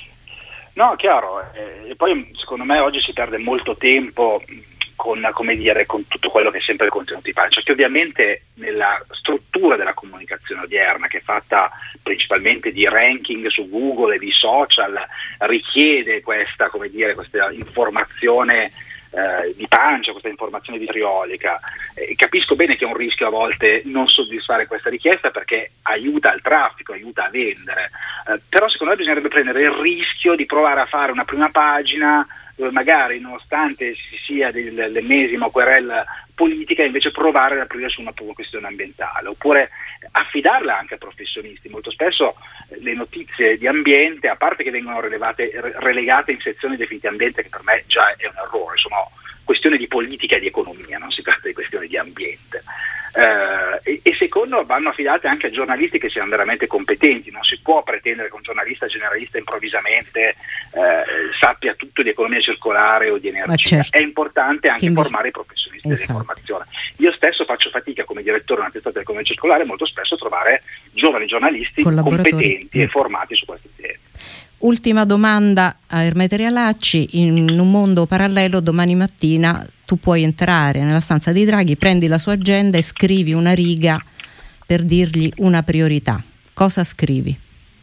No, chiaro, e poi secondo me oggi si perde molto tempo con, come dire, con tutto quello che è sempre il contenuto di pancia, che ovviamente nella struttura della comunicazione odierna, che è fatta principalmente di ranking su Google e di social, richiede questa, come dire, questa informazione eh, di pancia, questa informazione vitriolica. Eh, capisco bene che è un rischio a volte non soddisfare questa richiesta, perché aiuta al traffico, aiuta a vendere, eh, però secondo me bisognerebbe prendere il rischio di provare a fare una prima pagina dove magari, nonostante si sia dell'ennesima querela politica, invece provare ad aprire su una questione ambientale, oppure affidarla anche a professionisti. Molto spesso eh, le notizie di ambiente, a parte che vengono relevate, re, relegate in sezioni definite ambiente, che per me già è un errore, sono questioni di politica e di economia, non si tratta di questioni di ambiente. Eh, e, e secondo, vanno affidate anche a giornalisti che siano veramente competenti. Non si può pretendere che un giornalista generalista improvvisamente eh, sappia tutto di economia circolare o di energia. Certo. È importante anche invece formare i professionisti dell'informazione. Io stesso faccio fatica, come direttore di una testata dell'economia circolare, molto spesso a trovare giovani giornalisti competenti mm. e formati su questi temi. Ultima domanda a Ermete Realacci: in un mondo parallelo domani mattina tu puoi entrare nella stanza di Draghi, prendi la sua agenda e scrivi una riga per dirgli una priorità. Cosa scrivi?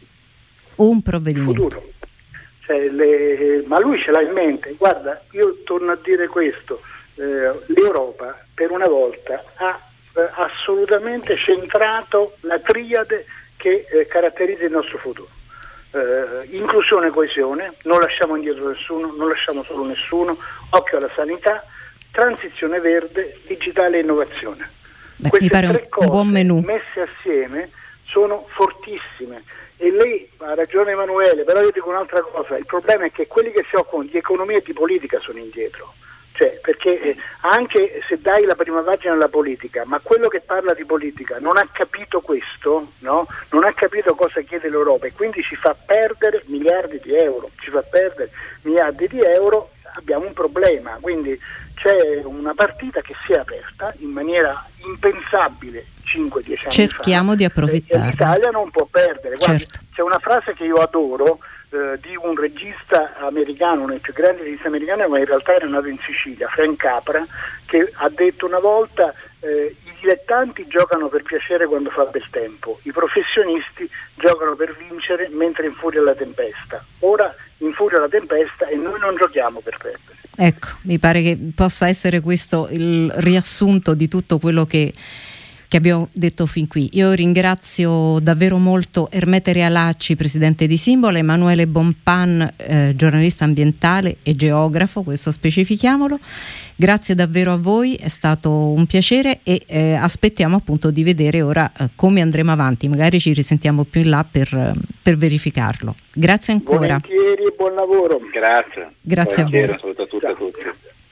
Un provvedimento. Futuro. Cioè, le, ma lui ce l'ha in mente. Guarda, io torno a dire questo, eh, l'Europa per una volta ha eh, assolutamente centrato la triade che eh, caratterizza il nostro futuro. Uh, inclusione e coesione, non lasciamo indietro nessuno, non lasciamo solo nessuno, occhio alla sanità, transizione verde, digitale e innovazione. Beh, Queste mi pare tre un, cose un buon menù messe assieme sono fortissime, e lei ha ragione Emanuele, però io dico un'altra cosa: il problema è che quelli che si occupano di economia e di politica sono indietro. Cioè, perché eh, anche se dai la prima pagina alla politica, ma quello che parla di politica non ha capito questo, no? Non ha capito cosa chiede l'Europa, e quindi ci fa perdere miliardi di euro, ci fa perdere miliardi di euro, abbiamo un problema. Quindi c'è una partita che si è aperta in maniera impensabile cinque dieci anni cerchiamo fa, di approfittarne. E l'Italia non può perdere. Guarda, certo. C'è una frase che io adoro, eh, di un regista americano, uno dei più grandi registi americani, ma in realtà era nato in Sicilia, Frank Capra, che ha detto una volta: eh, i dilettanti giocano per piacere quando fa bel tempo, i professionisti giocano per vincere mentre infuria la tempesta. Ora infuria la tempesta e noi non giochiamo per perdere. Ecco, mi pare che possa essere questo il riassunto di tutto quello che che abbiamo detto fin qui. Io ringrazio davvero molto Ermete Realacci, presidente di Simbolo, Emanuele Bonpan, eh, giornalista ambientale e geografo, questo specifichiamolo. Grazie davvero a voi, è stato un piacere, e eh, aspettiamo appunto di vedere ora eh, come andremo avanti, magari ci risentiamo più in là per, per verificarlo. Grazie ancora. Volentieri e buon lavoro. Grazie. Grazie a voi. Un saluto a tutte e a tutti.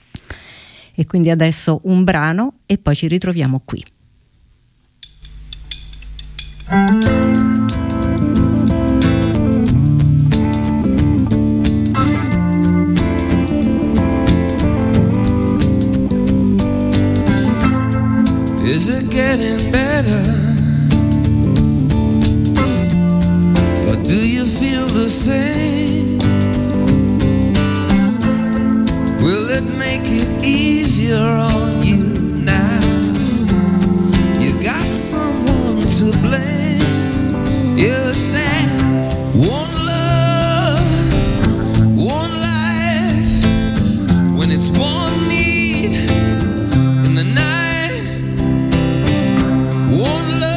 E quindi adesso un brano e poi ci ritroviamo qui. Is it getting better? Or do you feel the same? Will it make it easier on you now? You got someone to blame. You said one love, one life, when it's one need in the night, one love.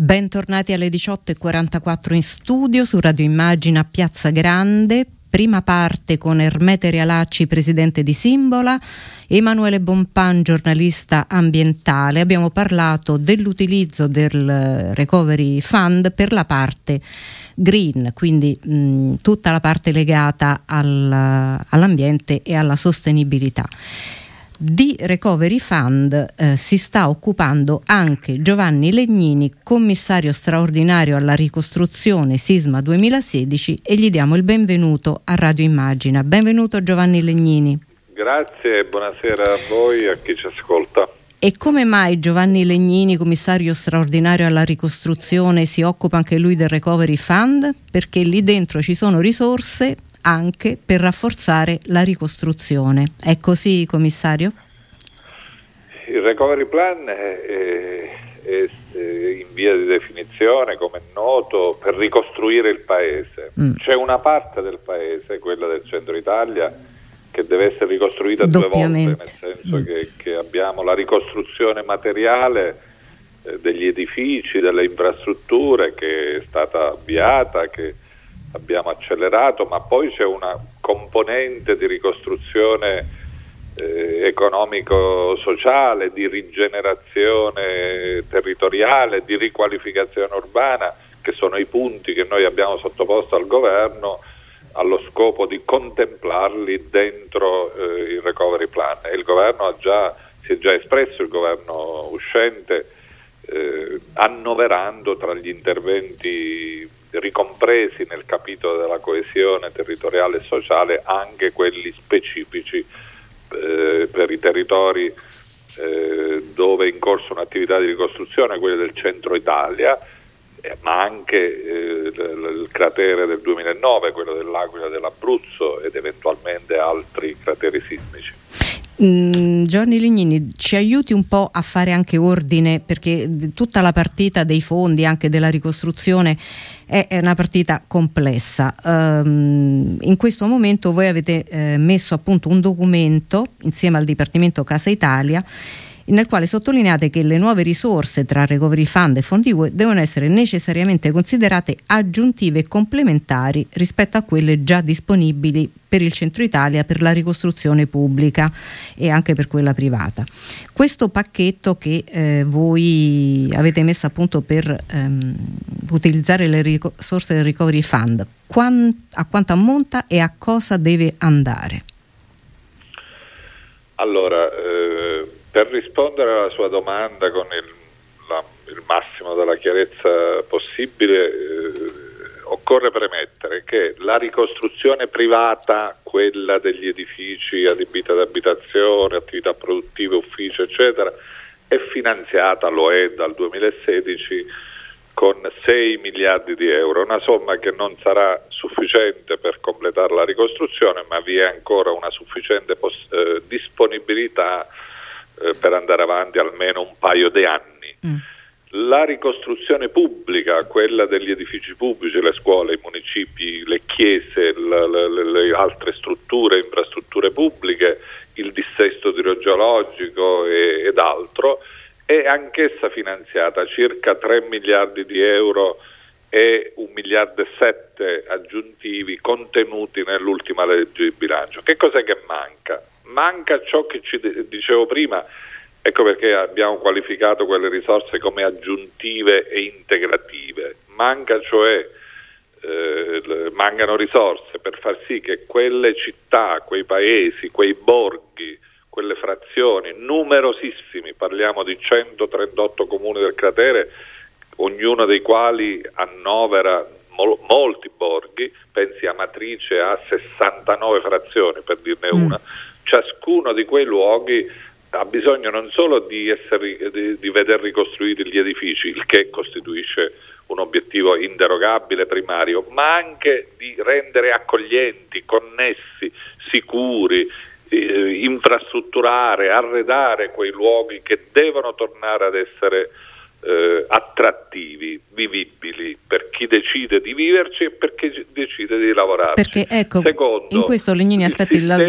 Bentornati alle diciotto e quarantaquattro in studio su Radio Immagina a Piazza Grande. Prima parte con Ermete Realacci, presidente di Simbola, Emanuele Bonpan, giornalista ambientale. Abbiamo parlato dell'utilizzo del Recovery Fund per la parte green, quindi mh, tutta la parte legata al, all'ambiente e alla sostenibilità. Di Recovery Fund eh, si sta occupando anche Giovanni Legnini, commissario straordinario alla ricostruzione sisma duemilasedici, e gli diamo il benvenuto a Radio Immagina. Benvenuto Giovanni Legnini. Grazie e buonasera a voi e a chi ci ascolta. E come mai Giovanni Legnini, commissario straordinario alla ricostruzione, si occupa anche lui del Recovery Fund? Perché lì dentro ci sono risorse anche per rafforzare la ricostruzione. È così, commissario? Il Recovery Plan è, è, è in via di definizione, come è noto, per ricostruire il paese. Mm. C'è una parte del paese, quella del centro Italia, che deve essere ricostruita due volte, nel senso mm. che, che abbiamo la ricostruzione materiale eh, degli edifici, delle infrastrutture, che è stata avviata, che abbiamo accelerato, ma poi c'è una componente di ricostruzione eh, economico-sociale, di rigenerazione territoriale, di riqualificazione urbana, che sono i punti che noi abbiamo sottoposto al governo allo scopo di contemplarli dentro eh, il Recovery Plan. E il governo ha già, si è già espresso, il governo uscente, eh, annoverando tra gli interventi ricompresi nel capitolo della coesione territoriale e sociale anche quelli specifici eh, per i territori eh, dove è in corso un'attività di ricostruzione, quelli del centro Italia, eh, ma anche eh, l- il cratere del duemilanove, quello dell'Aquila, dell'Abruzzo, ed eventualmente altri crateri sismici. Mm, Giovanni Legnini, ci aiuti un po' a fare anche ordine, perché tutta la partita dei fondi, anche della ricostruzione, è, è una partita complessa. Um, in questo momento voi avete eh, messo a punto un documento insieme al Dipartimento Casa Italia, nel quale sottolineate che le nuove risorse tra Recovery Fund e fondi U E devono essere necessariamente considerate aggiuntive e complementari rispetto a quelle già disponibili per il centro Italia, per la ricostruzione pubblica e anche per quella privata. Questo pacchetto che eh, voi avete messo a punto per ehm, utilizzare le risorse del Recovery Fund, quant- a quanto ammonta e a cosa deve andare? Allora, eh... per rispondere alla sua domanda con il, la, il massimo della chiarezza possibile, eh, occorre premettere che la ricostruzione privata, quella degli edifici adibiti ad abitazione, attività produttive, uffici, eccetera, è finanziata, lo è dal duemilasedici, con sei miliardi di euro, una somma che non sarà sufficiente per completare la ricostruzione, ma vi è ancora una sufficiente poss- eh, disponibilità per andare avanti almeno un paio di anni. Mm. La ricostruzione pubblica, quella degli edifici pubblici, le scuole, i municipi, le chiese, le, le, le altre strutture, infrastrutture pubbliche, il dissesto idrogeologico e, ed altro, è anch'essa finanziata circa tre miliardi di euro e un miliardo e sette aggiuntivi contenuti nell'ultima legge di bilancio. Che cos'è che manca? Manca ciò che ci dicevo prima, ecco perché abbiamo qualificato quelle risorse come aggiuntive e integrative. Manca cioè, eh, mancano risorse per far sì che quelle città, quei paesi, quei borghi, quelle frazioni, numerosissimi, parliamo di centotrentotto comuni del cratere, ognuno dei quali annovera mol- molti borghi, pensi a Matrice, a sessantanove frazioni per dirne mm. una. Ciascuno di quei luoghi ha bisogno non solo di, essere, di, di veder ricostruiti gli edifici, il che costituisce un obiettivo inderogabile primario, ma anche di rendere accoglienti, connessi, sicuri, eh, infrastrutturare, arredare quei luoghi che devono tornare ad essere eh, attrattivi, vivibili per chi decide di viverci e per chi decide di lavorarci. Perché ecco, Secondo, in questo Legnini aspetti, sistema... la,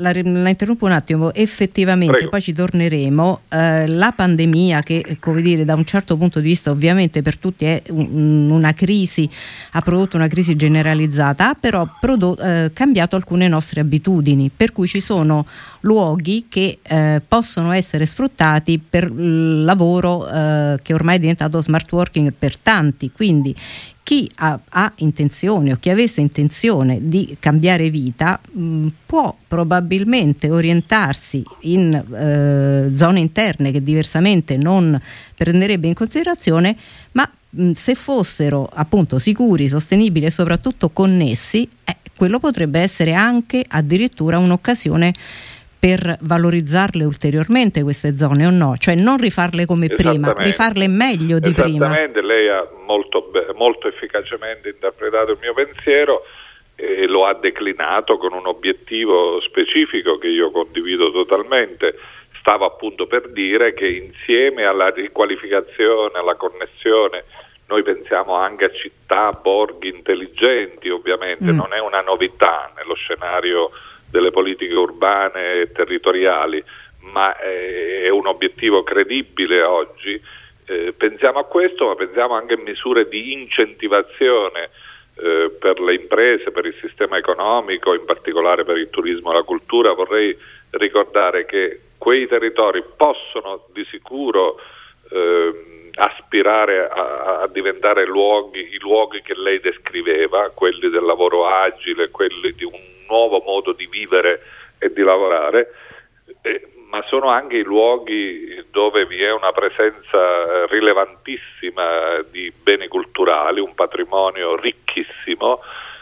la, la interrompo un attimo, effettivamente. Prego. Poi ci torneremo. Eh, la pandemia, che come dire, da un certo punto di vista ovviamente per tutti è un, una crisi, ha prodotto una crisi generalizzata, ha però prodotto, eh, cambiato alcune nostre abitudini, per cui ci sono luoghi che eh, possono essere sfruttati per il lavoro eh, che ormai è diventato smart working per tanti, quindi chi ha, ha intenzione o chi avesse intenzione di cambiare vita mh, può probabilmente orientarsi in eh, zone interne che diversamente non prenderebbe in considerazione, ma mh, se fossero appunto sicuri, sostenibili e soprattutto connessi, eh, quello potrebbe essere anche addirittura un'occasione per valorizzarle ulteriormente queste zone, o no? Cioè non rifarle come prima, rifarle meglio di prima. Esattamente, lei ha molto, molto efficacemente interpretato il mio pensiero e lo ha declinato con un obiettivo specifico che io condivido totalmente. Stavo appunto per dire che insieme alla riqualificazione, alla connessione, noi pensiamo anche a città, borghi intelligenti, ovviamente, mm. non è una novità nello scenario delle politiche urbane e territoriali, ma è un obiettivo credibile oggi. Eh, pensiamo a questo, ma pensiamo anche a misure di incentivazione eh, per le imprese, per il sistema economico, in particolare per il turismo e la cultura. Vorrei ricordare che quei territori possono di sicuro eh, aspirare a, a diventare luoghi, i luoghi che lei descriveva, quelli del lavoro agile, quelli di un nuovo modo di vivere e di lavorare, eh, ma sono anche i luoghi dove vi è una presenza rilevantissima di beni culturali, un patrimonio ricchissimo,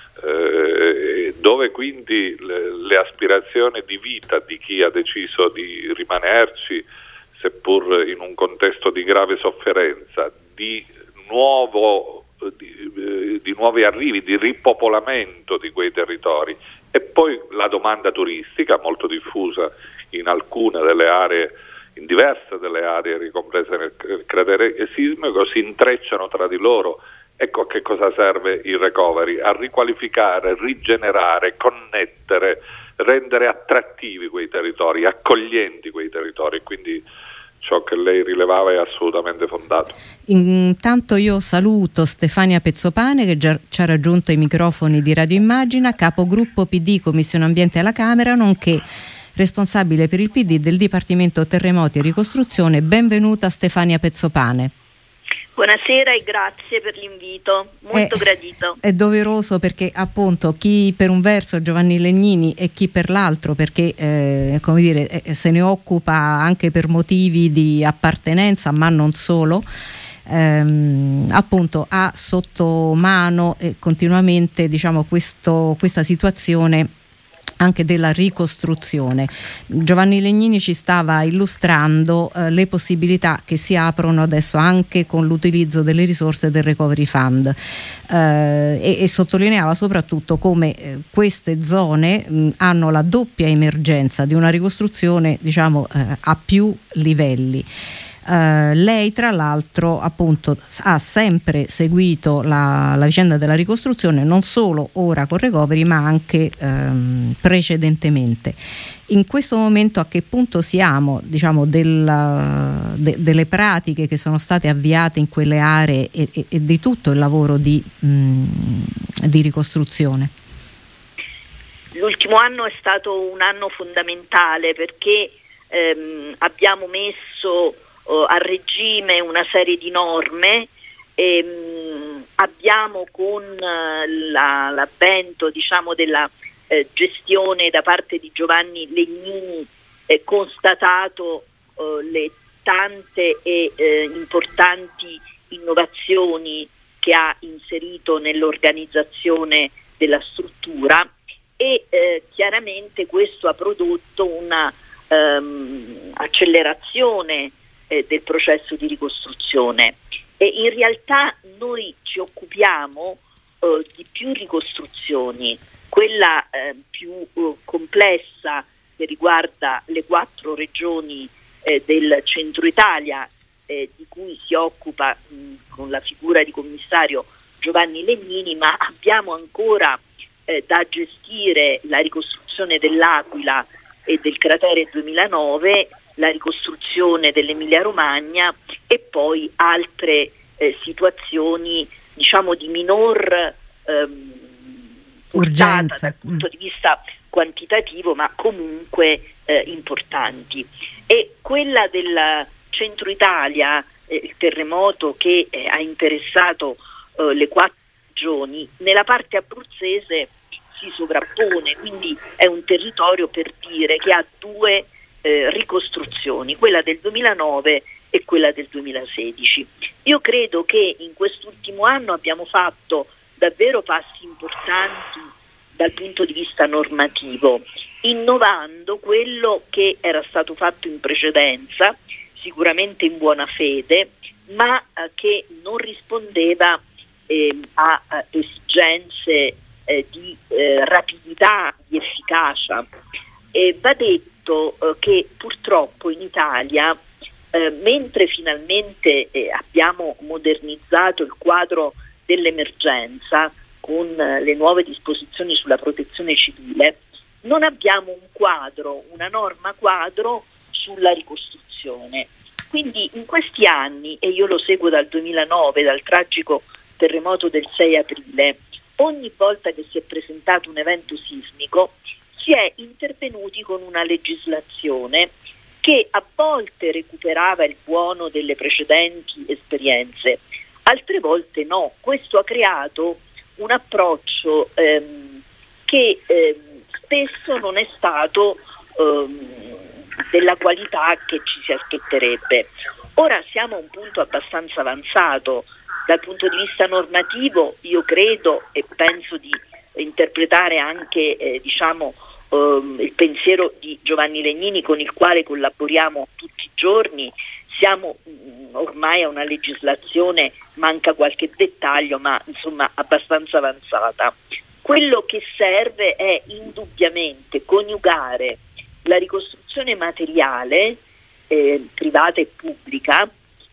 eh, dove quindi le, le aspirazioni di vita di chi ha deciso di rimanerci, seppur in un contesto di grave sofferenza, di nuovo di, di nuovi arrivi, di ripopolamento di quei territori, e poi la domanda turistica molto diffusa in alcune delle aree, in diverse delle aree ricomprese nel cratere sismico, si intrecciano tra di loro. Ecco a che cosa serve il recovery: a riqualificare, rigenerare, connettere, rendere attrattivi quei territori, accoglienti quei territori. Quindi ciò che lei rilevava è assolutamente fondato. Intanto io saluto Stefania Pezzopane, che già ci ha raggiunto ai microfoni di Radio Immagina, capogruppo P D Commissione Ambiente alla Camera, nonché responsabile per il P D del Dipartimento Terremoti e Ricostruzione. Benvenuta Stefania Pezzopane. Buonasera e grazie per l'invito, molto è, gradito. È doveroso perché appunto chi per un verso Giovanni Legnini e chi per l'altro, perché eh, come dire, eh, se ne occupa anche per motivi di appartenenza, ma non solo, ehm, appunto ha sotto mano eh, continuamente, diciamo, questo, questa situazione anche della ricostruzione. Giovanni Legnini ci stava illustrando eh, le possibilità che si aprono adesso anche con l'utilizzo delle risorse del Recovery Fund eh, e, e sottolineava soprattutto come eh, queste zone mh, hanno la doppia emergenza di una ricostruzione, diciamo, eh, a più livelli. Uh, lei tra l'altro appunto ha sempre seguito la, la vicenda della ricostruzione, non solo ora con Recovery ma anche um, precedentemente. In questo momento a che punto siamo, diciamo, della, de, delle pratiche che sono state avviate in quelle aree e, e, e di tutto il lavoro di, mh, di ricostruzione? L'ultimo anno è stato un anno fondamentale perché ehm, abbiamo messo a regime una serie di norme, ehm, abbiamo con la, l'avvento, diciamo, della eh, gestione da parte di Giovanni Legnini eh, constatato eh, le tante e eh, importanti innovazioni che ha inserito nell'organizzazione della struttura e eh, chiaramente questo ha prodotto una ehm, accelerazione del processo di ricostruzione e in realtà noi ci occupiamo eh, di più ricostruzioni, quella eh, più eh, complessa che riguarda le quattro regioni eh, del centro Italia eh, di cui si occupa mh, con la figura di commissario Giovanni Legnini, ma abbiamo ancora eh, da gestire la ricostruzione dell'Aquila e del cratere duemilanove, la ricostruzione dell'Emilia Romagna e poi altre eh, situazioni diciamo di minor ehm, urgenza dal punto di vista quantitativo, ma comunque eh, importanti. E quella del centro Italia, eh, il terremoto che eh, ha interessato eh, le quattro regioni, nella parte abruzzese si sovrappone, quindi è un territorio, per dire, che ha due eh, ricostruzioni, quella del duemilanove e quella del duemilasedici. Io credo che in quest'ultimo anno abbiamo fatto davvero passi importanti dal punto di vista normativo, innovando quello che era stato fatto in precedenza, sicuramente in buona fede, ma eh, che non rispondeva eh, a, a esigenze eh, di eh, rapidità, di efficacia. E va detto eh, che purtroppo in Italia, eh, mentre finalmente eh, abbiamo modernizzato il quadro dell'emergenza con eh, le nuove disposizioni sulla protezione civile, non abbiamo un quadro, una norma quadro sulla ricostruzione. Quindi in questi anni, e io lo seguo dal duemilanove, dal tragico terremoto del sei aprile, ogni volta che si è presentato un evento sismico si è intervenuti con una legislazione che a volte recuperava il buono delle precedenti esperienze, altre volte no. Questo ha creato un approccio ehm, che ehm, spesso non è stato ehm, della qualità che ci si aspetterebbe. Ora siamo a un punto abbastanza avanzato dal punto di vista normativo. Io credo e penso di interpretare anche eh, diciamo ehm, il pensiero di Giovanni Legnini, con il quale collaboriamo tutti i giorni. Siamo mh, ormai a una legislazione, manca qualche dettaglio, ma insomma abbastanza avanzata. Quello che serve è indubbiamente coniugare la ricostruzione materiale eh, privata e pubblica.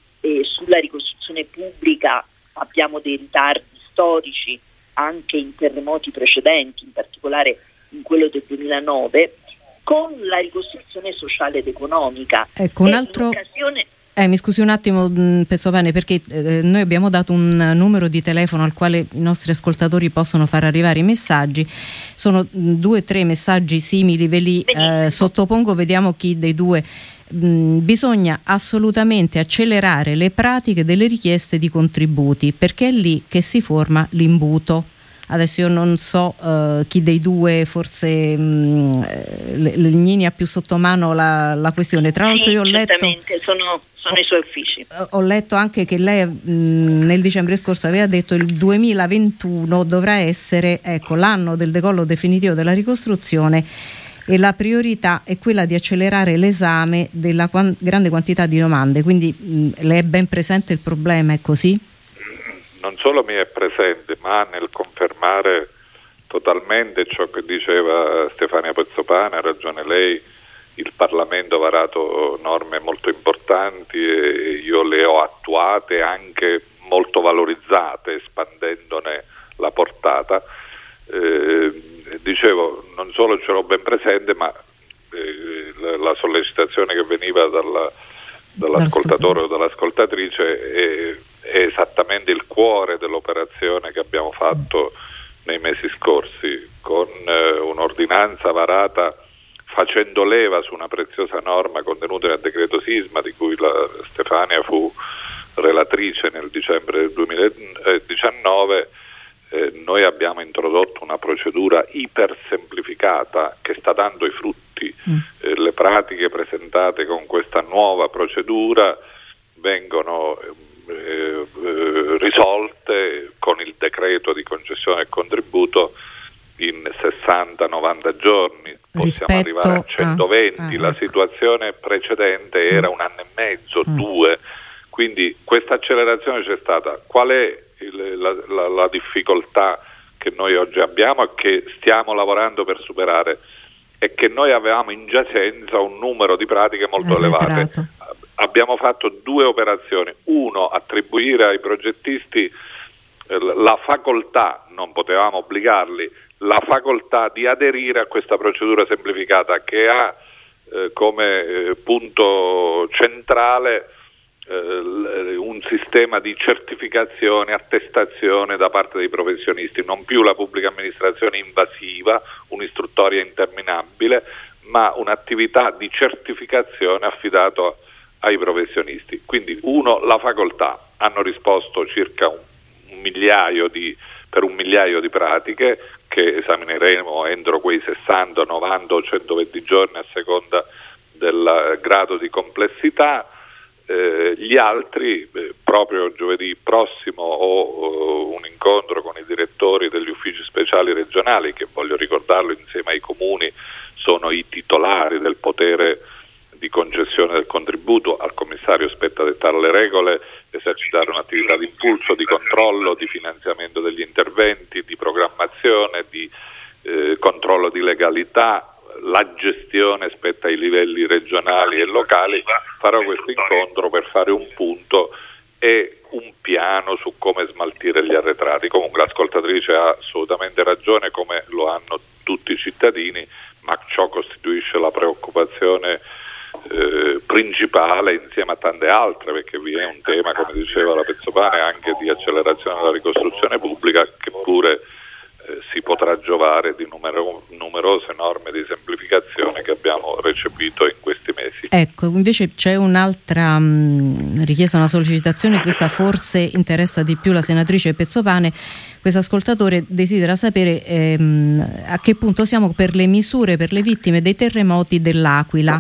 E sulla ricostruzione pubblica abbiamo dei ritardi storici anche in terremoti precedenti, in particolare in quello del duemilanove, con la ricostruzione sociale ed economica. Ecco, un altro... Eh, mi scusi un attimo, Pezzopane, perché eh, noi abbiamo dato un numero di telefono al quale i nostri ascoltatori possono far arrivare i messaggi. Sono due o tre messaggi simili, ve li eh, sottopongo, vediamo chi dei due. Mh, bisogna assolutamente accelerare le pratiche delle richieste di contributi, perché è lì che si forma l'imbuto. Adesso io non so uh, chi dei due, forse mh, Legnini ha più sotto mano la, la questione. Tra l'altro, sì, io ho letto sono, sono ho, i suoi uffici. Ho letto anche che lei mh, nel dicembre scorso aveva detto il duemilaventuno dovrà essere, ecco, l'anno del decollo definitivo della ricostruzione, e la priorità è quella di accelerare l'esame della quan- grande quantità di domande. Quindi mh, lei è ben presente il problema, è così? Non solo mi è presente, ma nel confermare totalmente ciò che diceva Stefania Pezzopane, ha ragione lei. Il Parlamento ha varato norme molto importanti e io le ho attuate, anche molto valorizzate, espandendone la portata. Eh, dicevo, non solo ce l'ho ben presente, ma eh, la, la sollecitazione che veniva dalla, dall'ascoltatore o dall'ascoltatrice è, è esattamente il cuore dell'operazione che abbiamo fatto nei mesi scorsi, con eh, un'ordinanza varata facendo leva su una preziosa norma contenuta nel decreto sisma, di cui la Stefania fu relatrice nel dicembre del duemiladiciannove. Eh, noi abbiamo introdotto una procedura ipersemplificata che sta dando i frutti. Mm. Eh, le pratiche presentate con questa nuova procedura vengono eh, eh, risolte con il decreto di concessione e contributo in sessanta novanta giorni. Possiamo Rispetto arrivare a centoventi. A, ah, la ecco. situazione precedente era mm. un anno e mezzo, mm. due. Quindi questa accelerazione c'è stata. Qual è il, la, la, la difficoltà che noi oggi abbiamo e che stiamo lavorando per superare? È che noi avevamo in giacenza un numero di pratiche molto è elevate. Ritirato. Abbiamo fatto due operazioni. Uno, attribuire ai progettisti eh, la facoltà, non potevamo obbligarli, la facoltà di aderire a questa procedura semplificata che ha eh, come eh, punto centrale eh, un sistema di certificazione, attestazione da parte dei professionisti, non più la pubblica amministrazione invasiva, un'istruttoria interminabile, ma un'attività di certificazione affidato ai professionisti. Quindi uno, la facoltà, hanno risposto circa un, un migliaio di, per un migliaio di pratiche che esamineremo entro quei sessanta, novanta o centoventi giorni a seconda del grado di complessità. Eh, gli altri, eh, proprio giovedì prossimo ho uh, un incontro con i direttori degli uffici speciali regionali che, voglio ricordarlo, insieme ai comuni sono i titolari del potere di concessione del contributo. Al commissario spetta dettare le regole, esercitare un'attività di impulso, di controllo, di finanziamento degli interventi, di programmazione, di eh, controllo di legalità. La gestione spetta ai livelli regionali e locali. Farò questo incontro per fare un punto e un piano su come smaltire gli arretrati. Comunque l'ascoltatrice ha assolutamente ragione, come lo hanno tutti i cittadini, ma ciò costituisce la preoccupazione eh, principale insieme a tante altre, perché vi è un tema, come diceva la Pezzopane, anche di accelerazione della ricostruzione pubblica, che pure eh, si potrà giovare di numero, numerose norme di semplificazione che abbiamo recepito in questi mesi. Ecco, invece c'è un'altra mh, richiesta, una sollecitazione, questa forse interessa di più la senatrice Pezzopane. Questo ascoltatore desidera sapere ehm, a che punto siamo per le misure per le vittime dei terremoti dell'Aquila,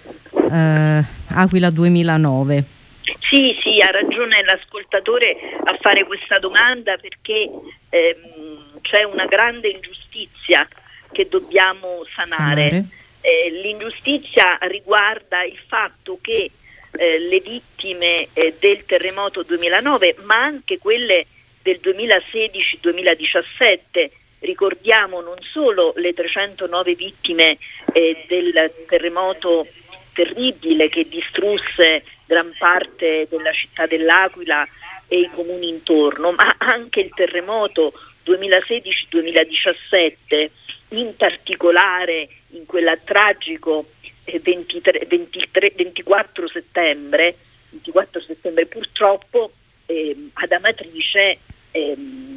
eh, Aquila duemilanove. Sì, sì, ha ragione l'ascoltatore a fare questa domanda, perché ehm, c'è una grande ingiustizia che dobbiamo sanare. sanare. Eh, l'ingiustizia riguarda il fatto che eh, le vittime eh, del terremoto duemilanove, ma anche quelle del duemilasedici duemiladiciassette, ricordiamo non solo le trecentonove vittime eh, del terremoto terribile che distrusse gran parte della città dell'Aquila e i comuni intorno, ma anche il terremoto duemilasedici duemiladiciassette, in particolare in quella tragico eh, ventitré, ventitré, ventiquattro settembre, ventiquattro settembre purtroppo eh, ad Amatrice eh,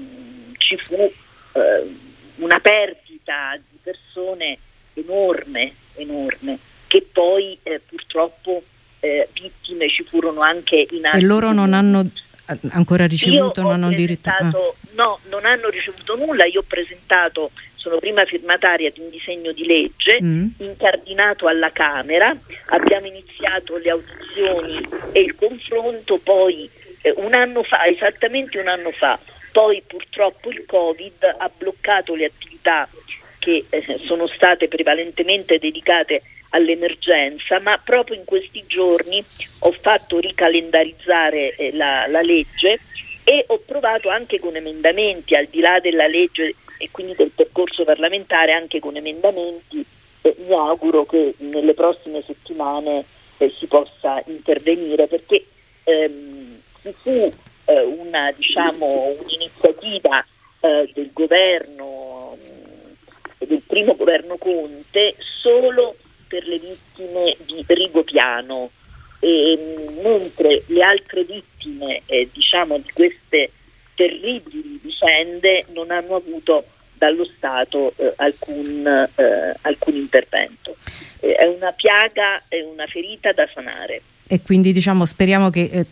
ci fu eh, una perdita di persone enorme, enorme, che poi eh, purtroppo eh, vittime ci furono anche in altri. E loro non hanno ancora ricevuto, non hanno diritto? Ah. No, non hanno ricevuto nulla. Io ho presentato, sono prima firmataria di un disegno di legge mm. incardinato alla Camera, abbiamo iniziato le audizioni e il confronto, poi eh, un anno fa, esattamente un anno fa, poi purtroppo il Covid ha bloccato le attività che eh, sono state prevalentemente dedicate all'emergenza, ma proprio in questi giorni ho fatto ricalendarizzare eh, la, la legge e ho provato anche con emendamenti, al di là della legge e quindi del percorso parlamentare, anche con emendamenti. Eh, mi auguro che nelle prossime settimane eh, si possa intervenire, perché ehm, ci fu eh, una, diciamo, un'iniziativa eh, del governo, del primo governo Conte, solo per le vittime di Rigopiano, e mentre le altre vittime eh, diciamo di queste terribili vicende non hanno avuto dallo Stato eh, alcun, eh, alcun intervento. Eh, è una piaga, è una ferita da sanare. E quindi diciamo speriamo che eh,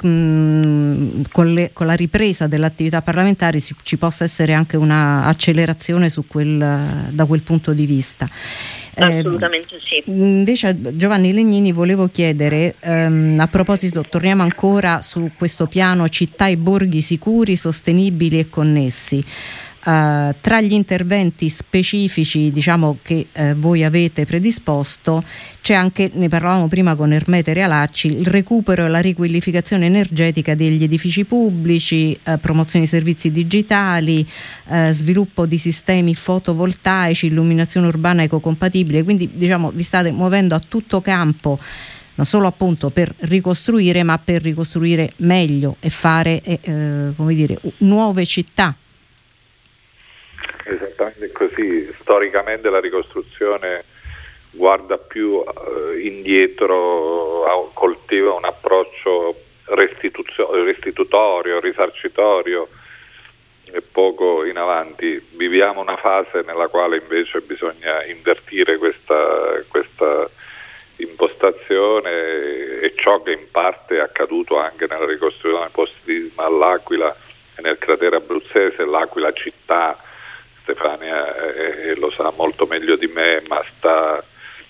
mh, con, le, con la ripresa dell'attività parlamentare ci, ci possa essere anche una accelerazione su quel, da quel punto di vista. Assolutamente eh, sì. Invece a Giovanni Legnini volevo chiedere, ehm, a proposito, torniamo ancora su questo piano città e borghi sicuri, sostenibili e connessi. Uh, tra gli interventi specifici, diciamo, che uh, voi avete predisposto, c'è anche, ne parlavamo prima con Ermete Realacci, il recupero e la riqualificazione energetica degli edifici pubblici, uh, promozione di servizi digitali, uh, sviluppo di sistemi fotovoltaici, illuminazione urbana ecocompatibile. Quindi diciamo vi state muovendo a tutto campo, non solo appunto per ricostruire, ma per ricostruire meglio e fare eh, come dire, nuove città. Esattamente così. Storicamente la ricostruzione guarda più eh, indietro, coltiva un approccio restituzio- restitutorio, risarcitorio e poco in avanti. Viviamo una fase nella quale invece bisogna invertire questa, questa impostazione, e ciò che in parte è accaduto anche nella ricostruzione post-sisma all'Aquila e nel cratere abruzzese. L'Aquila città, Stefania eh, lo sa molto meglio di me, ma sta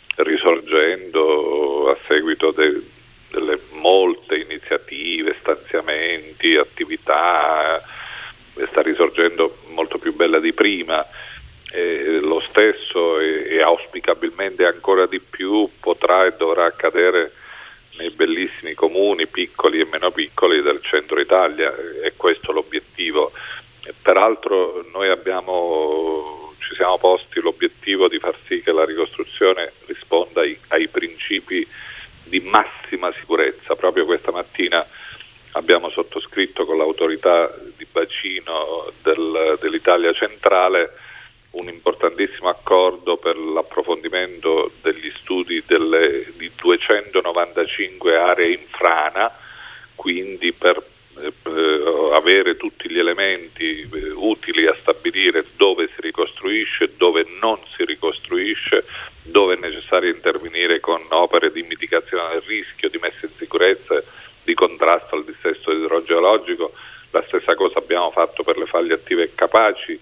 risorgendo a seguito de, delle molte iniziative, stanziamenti, attività, sta risorgendo molto più bella di prima. Eh, lo stesso e, e auspicabilmente ancora di più potrà e dovrà accadere nei bellissimi comuni piccoli e meno piccoli del centro Italia, e questo l'obiettivo. Peraltro noi abbiamo, ci siamo posti l'obiettivo di far sì che la ricostruzione risponda ai, ai principi di massima sicurezza. Proprio questa mattina abbiamo sottoscritto con l'autorità di bacino del, dell'Italia centrale un importantissimo accordo per l'approfondimento degli studi delle, di duecentonovantacinque aree in frana, quindi per eh, avere tutti gli elementi eh, utili a stabilire dove si ricostruisce, dove non si ricostruisce, dove è necessario intervenire con opere di mitigazione del rischio, di messa in sicurezza, di contrasto al dissesto idrogeologico. La stessa cosa abbiamo fatto per le faglie attive e capaci,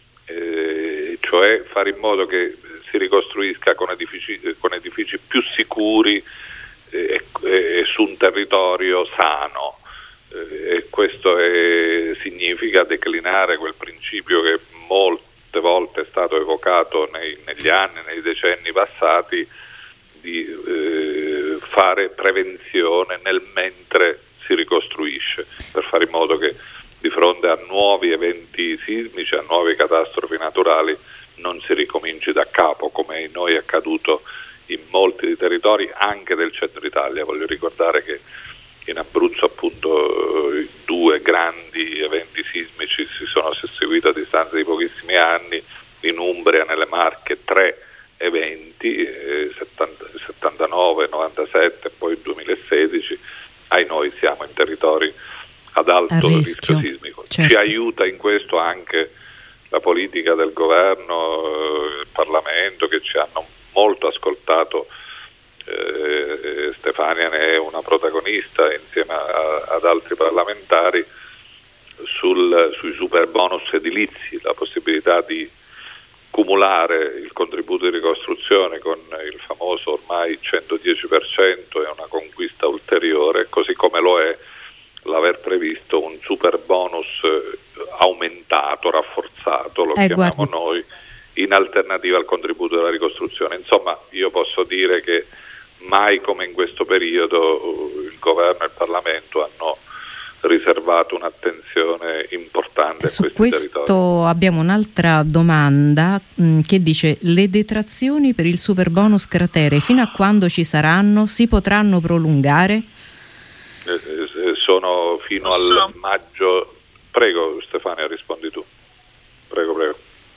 eh, cioè fare in modo che si ricostruisca con edifici, con edifici più sicuri eh, e su un territorio sano. Eh, e questo è, significa declinare quel principio che molte volte è stato evocato nei, negli anni, nei decenni passati, di eh, fare prevenzione nel mentre si ricostruisce, per fare in modo che di fronte a nuovi eventi sismici, a nuove catastrofi naturali, non si ricominci da capo, come noi è accaduto in molti territori anche del centro Italia. Voglio ricordare che in Abruzzo appunto due grandi eventi sismici si sono susseguiti a distanza di pochissimi anni, in Umbria, nelle Marche, tre eventi, eh, settanta, settantanove, novantasette e poi duemilasedici. Ai noi siamo in territori ad alto rischio. rischio sismico. Certo. Ci aiuta in questo anche la politica del governo, eh, il Parlamento, che ci hanno molto ascoltato. eh, Stefania ne è una protagonista insieme a, ad altri parlamentari sul, sui super bonus edilizi, la possibilità di cumulare il contributo di ricostruzione con il famoso ormai centodieci per cento è una conquista ulteriore, così come lo è l'aver previsto un super bonus aumentato, rafforzato, lo eh, chiamiamo guardi. noi, in alternativa al contributo della ricostruzione. Insomma, io posso dire che mai come in questo periodo il governo e il Parlamento hanno riservato un'attenzione importante Su a questi questo territori. Abbiamo un'altra domanda mh, che dice: le detrazioni per il super bonus cratere fino a quando ci saranno? Si potranno prolungare? Eh, eh, sono fino al maggio. Prego Stefania, rispondi tu. Prego, prego.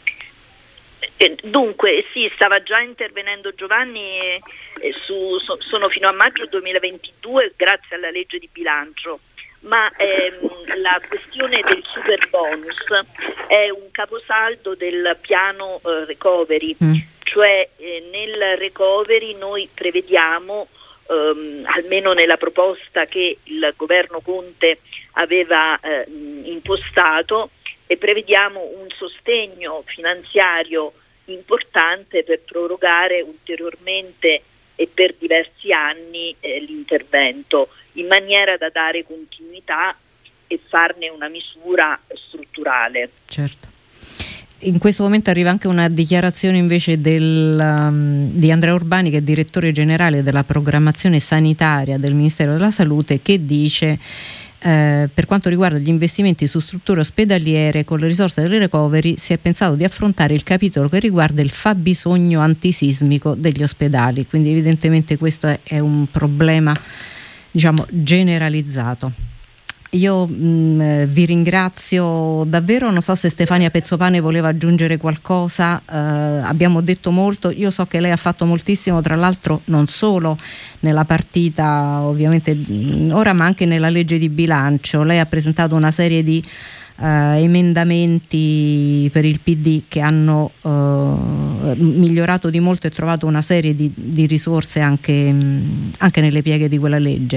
Eh, dunque sì, stava già intervenendo Giovanni, eh, su, so, sono fino a maggio duemilaventidue grazie alla legge di bilancio. Ma ehm, la questione del super bonus è un caposaldo del piano eh, recovery, mm. cioè eh, nel recovery noi prevediamo, ehm, almeno nella proposta che il governo Conte aveva eh, impostato, e prevediamo un sostegno finanziario importante per prorogare ulteriormente e per diversi anni eh, l'intervento, in maniera da dare continuità e farne una misura strutturale. Certo. In questo momento arriva anche una dichiarazione invece del, um, di Andrea Urbani, che è direttore generale della programmazione sanitaria del Ministero della Salute, che dice eh, per quanto riguarda gli investimenti su strutture ospedaliere, con le risorse del recovery si è pensato di affrontare il capitolo che riguarda il fabbisogno antisismico degli ospedali, quindi evidentemente questo è un problema, diciamo, generalizzato. io mh, vi ringrazio davvero, non so se Stefania Pezzopane voleva aggiungere qualcosa, eh, abbiamo detto molto, io so che lei ha fatto moltissimo, tra l'altro non solo nella partita ovviamente ora ma anche nella legge di bilancio, lei ha presentato una serie di Uh, emendamenti per il P D che hanno uh, migliorato di molto e trovato una serie di, di risorse anche, mh, anche nelle pieghe di quella legge.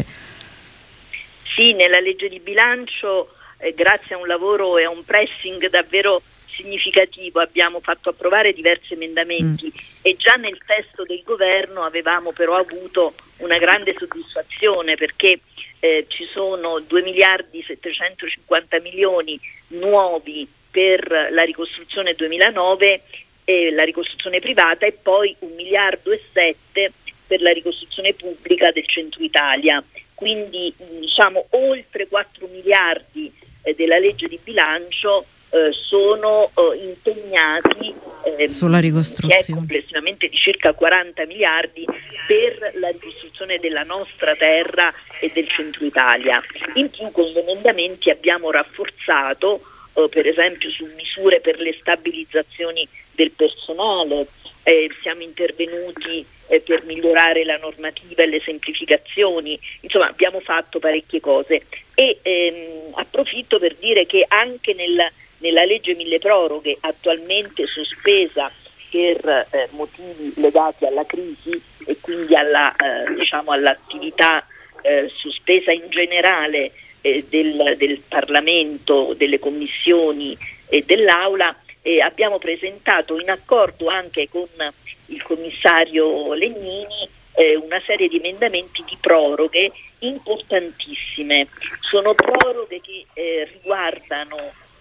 Sì, nella legge di bilancio eh, grazie a un lavoro e a un pressing davvero significativo abbiamo fatto approvare diversi emendamenti mm. e già nel testo del governo avevamo però avuto una grande soddisfazione perché Eh, ci sono due miliardi settecentocinquanta milioni nuovi per la ricostruzione duemilanove e la ricostruzione privata e poi un miliardo e sette per la ricostruzione pubblica del centro Italia, quindi diciamo oltre quattro miliardi eh, della legge di bilancio eh, sono eh, impegnati eh, sulla ricostruzione, che è complessivamente di circa quaranta miliardi per la ricostruzione della nostra terra e del centro Italia. In più con gli emendamenti abbiamo rafforzato eh, per esempio su misure per le stabilizzazioni del personale, eh, siamo intervenuti eh, per migliorare la normativa e le semplificazioni, insomma abbiamo fatto parecchie cose e ehm, approfitto per dire che anche nel, nella legge mille proroghe attualmente sospesa per eh, motivi legati alla crisi e quindi alla, eh, diciamo all'attività eh, sospesa in generale eh, del, del Parlamento, delle commissioni e dell'Aula, eh, abbiamo presentato in accordo anche con il commissario Legnini eh, una serie di emendamenti di proroghe importantissime. Sono proroghe che eh, riguardano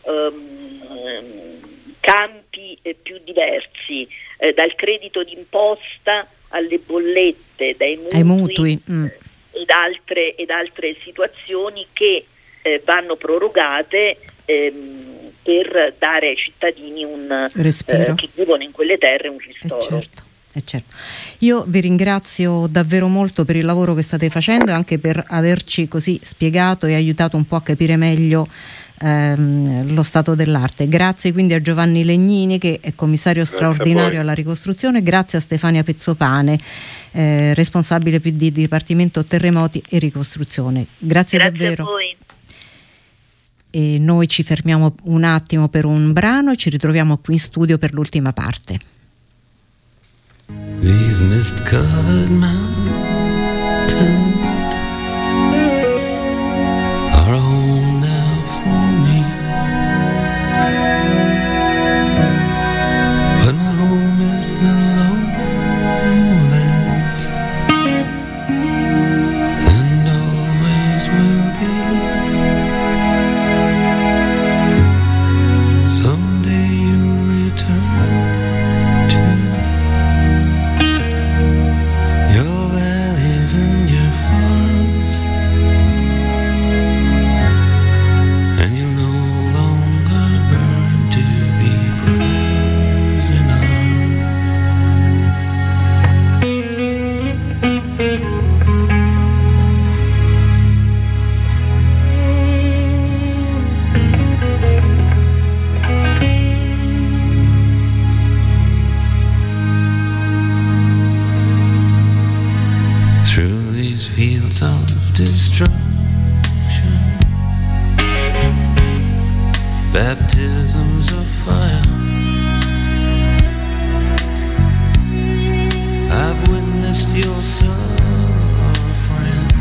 um, campi eh, più diversi, eh, dal credito d'imposta alle bollette, dai mutui, ai mutui. Mm. ed, altre, ed altre situazioni che eh, vanno prorogate ehm, per dare ai cittadini un respiro, eh, che vivono in quelle terre un ristoro. Eh certo. Eh certo. Io vi ringrazio davvero molto per il lavoro che state facendo e anche per averci così spiegato e aiutato un po' a capire meglio ehm, lo stato dell'arte. Grazie quindi a Giovanni Legnini che è commissario grazie straordinario alla ricostruzione, grazie a Stefania Pezzopane, eh, responsabile P D Dipartimento Terremoti e Ricostruzione. Grazie, grazie davvero. A voi. E noi ci fermiamo un attimo per un brano e ci ritroviamo qui in studio per l'ultima parte. These mist-covered mountains are a home now for me, but my home is the lowlands and always will be. Someday you'll return to your valleys and your farms, and you'll no longer burn to be brothers in arms. Through these fields of destruction, baptisms of fire, I've witnessed your suffering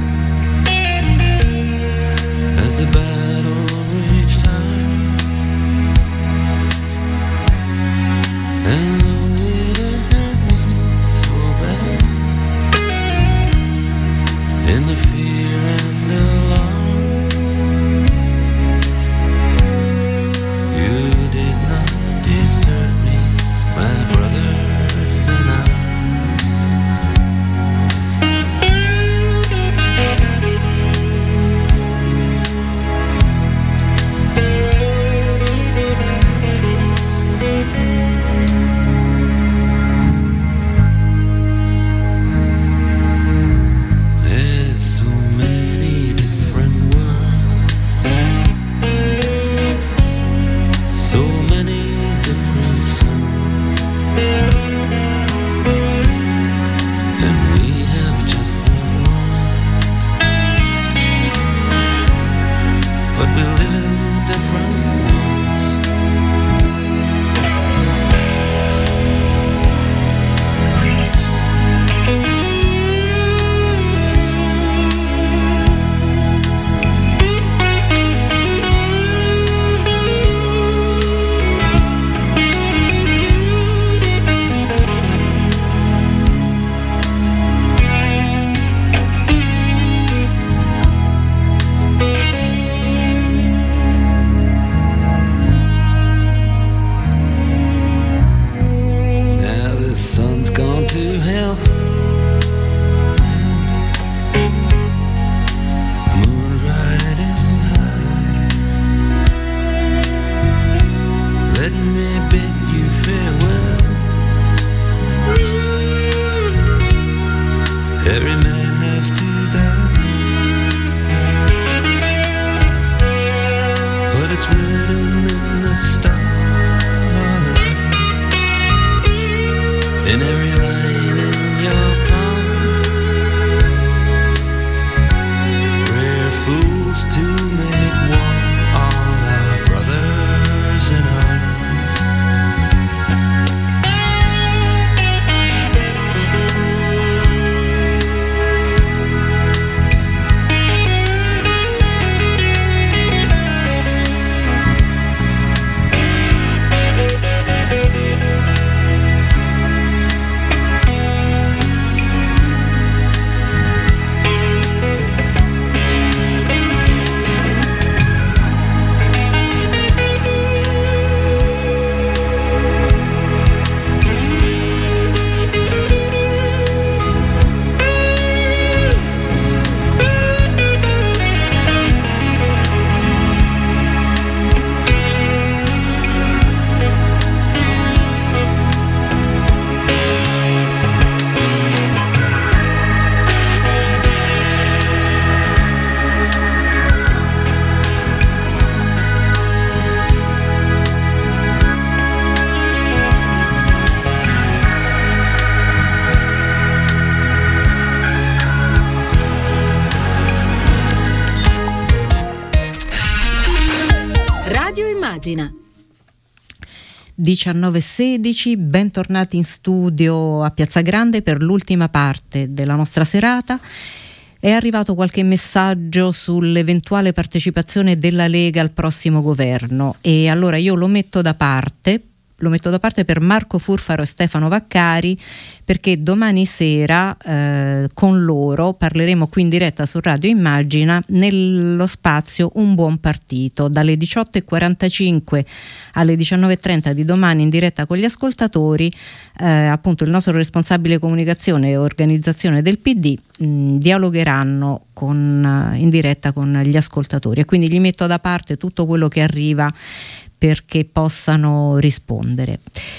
as the battle reached high, and though it hurt me so bad, in the fear and alarm, you did not desert me, my brothers in arms. There's so many Radio Immagina. diciannove e sedici, bentornati in studio a Piazza Grande per l'ultima parte della nostra serata. È arrivato qualche messaggio sull'eventuale partecipazione della Lega al prossimo governo e allora io lo metto da parte, lo metto da parte per Marco Furfaro e Stefano Vaccari, perché domani sera eh, con loro parleremo qui in diretta su Radio Immagina nello spazio Un Buon Partito, dalle diciotto e quarantacinque alle diciannove e trenta di domani in diretta con gli ascoltatori. Eh, appunto il nostro responsabile comunicazione e organizzazione del P D mh, dialogheranno con, uh, in diretta con gli ascoltatori e quindi gli metto da parte tutto quello che arriva perché possano rispondere.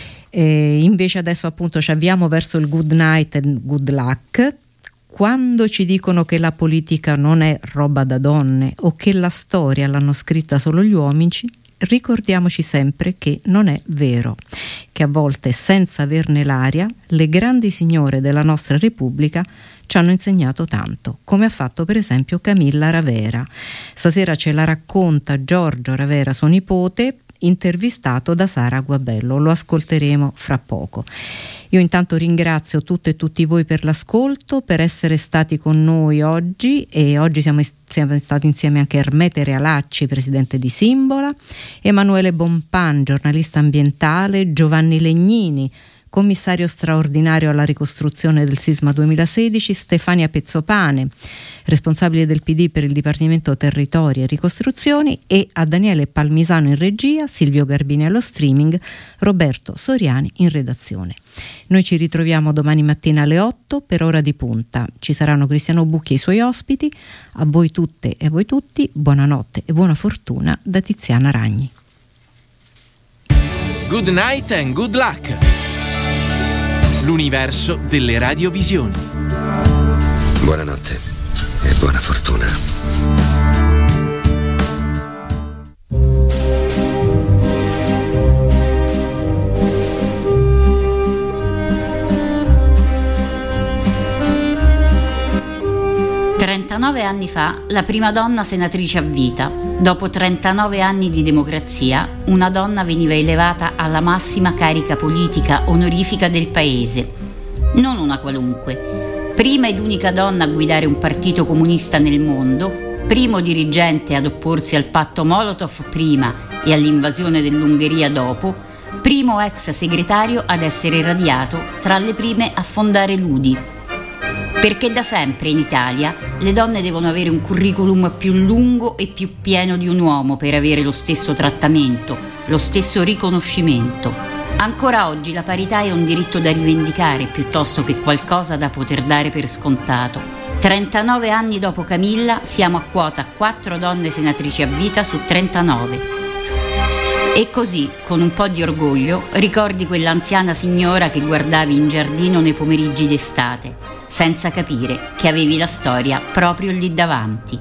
E invece adesso appunto ci avviamo verso il good night and good luck. Quando ci dicono che la politica non è roba da donne o che la storia l'hanno scritta solo gli uomini, ricordiamoci sempre che non è vero, che a volte senza averne l'aria le grandi signore della nostra Repubblica ci hanno insegnato tanto, come ha fatto per esempio Camilla Ravera. Stasera ce la racconta Giorgio Ravera, suo nipote, intervistato da Sara Guabello. Lo ascolteremo fra poco. Io intanto ringrazio tutte e tutti voi per l'ascolto, per essere stati con noi oggi, e oggi siamo, siamo stati insieme anche Ermete Realacci, presidente di Simbola, Emanuele Bonpan, giornalista ambientale, Giovanni Legnini, commissario straordinario alla ricostruzione del sisma duemilasedici, Stefania Pezzopane, responsabile del P D per il Dipartimento Territori e Ricostruzioni, e a Daniele Palmisano in regia, Silvio Garbini allo streaming, Roberto Soriani in redazione. Noi ci ritroviamo domani mattina alle otto per Ora di Punta. Ci saranno Cristiano Bucchi e i suoi ospiti. A voi tutte e a voi tutti, buonanotte e buona fortuna da Tiziana Ragni. Good night and good luck. L'universo delle radiovisioni. Buonanotte e buona fortuna. trentanove anni fa, la prima donna senatrice a vita. Dopo trentanove anni di democrazia, una donna veniva elevata alla massima carica politica onorifica del paese. Non una qualunque. Prima ed unica donna a guidare un partito comunista nel mondo, primo dirigente ad opporsi al patto Molotov prima e all'invasione dell'Ungheria dopo, primo ex segretario ad essere radiato tra le prime a fondare l'U D I. Perché da sempre in Italia le donne devono avere un curriculum più lungo e più pieno di un uomo per avere lo stesso trattamento, lo stesso riconoscimento. Ancora oggi la parità è un diritto da rivendicare piuttosto che qualcosa da poter dare per scontato. trentanove anni dopo Camilla siamo a quota quattro donne senatrici a vita su trentanove. E così, con un po' di orgoglio, ricordi quell'anziana signora che guardavi in giardino nei pomeriggi d'estate, senza capire che avevi la storia proprio lì davanti.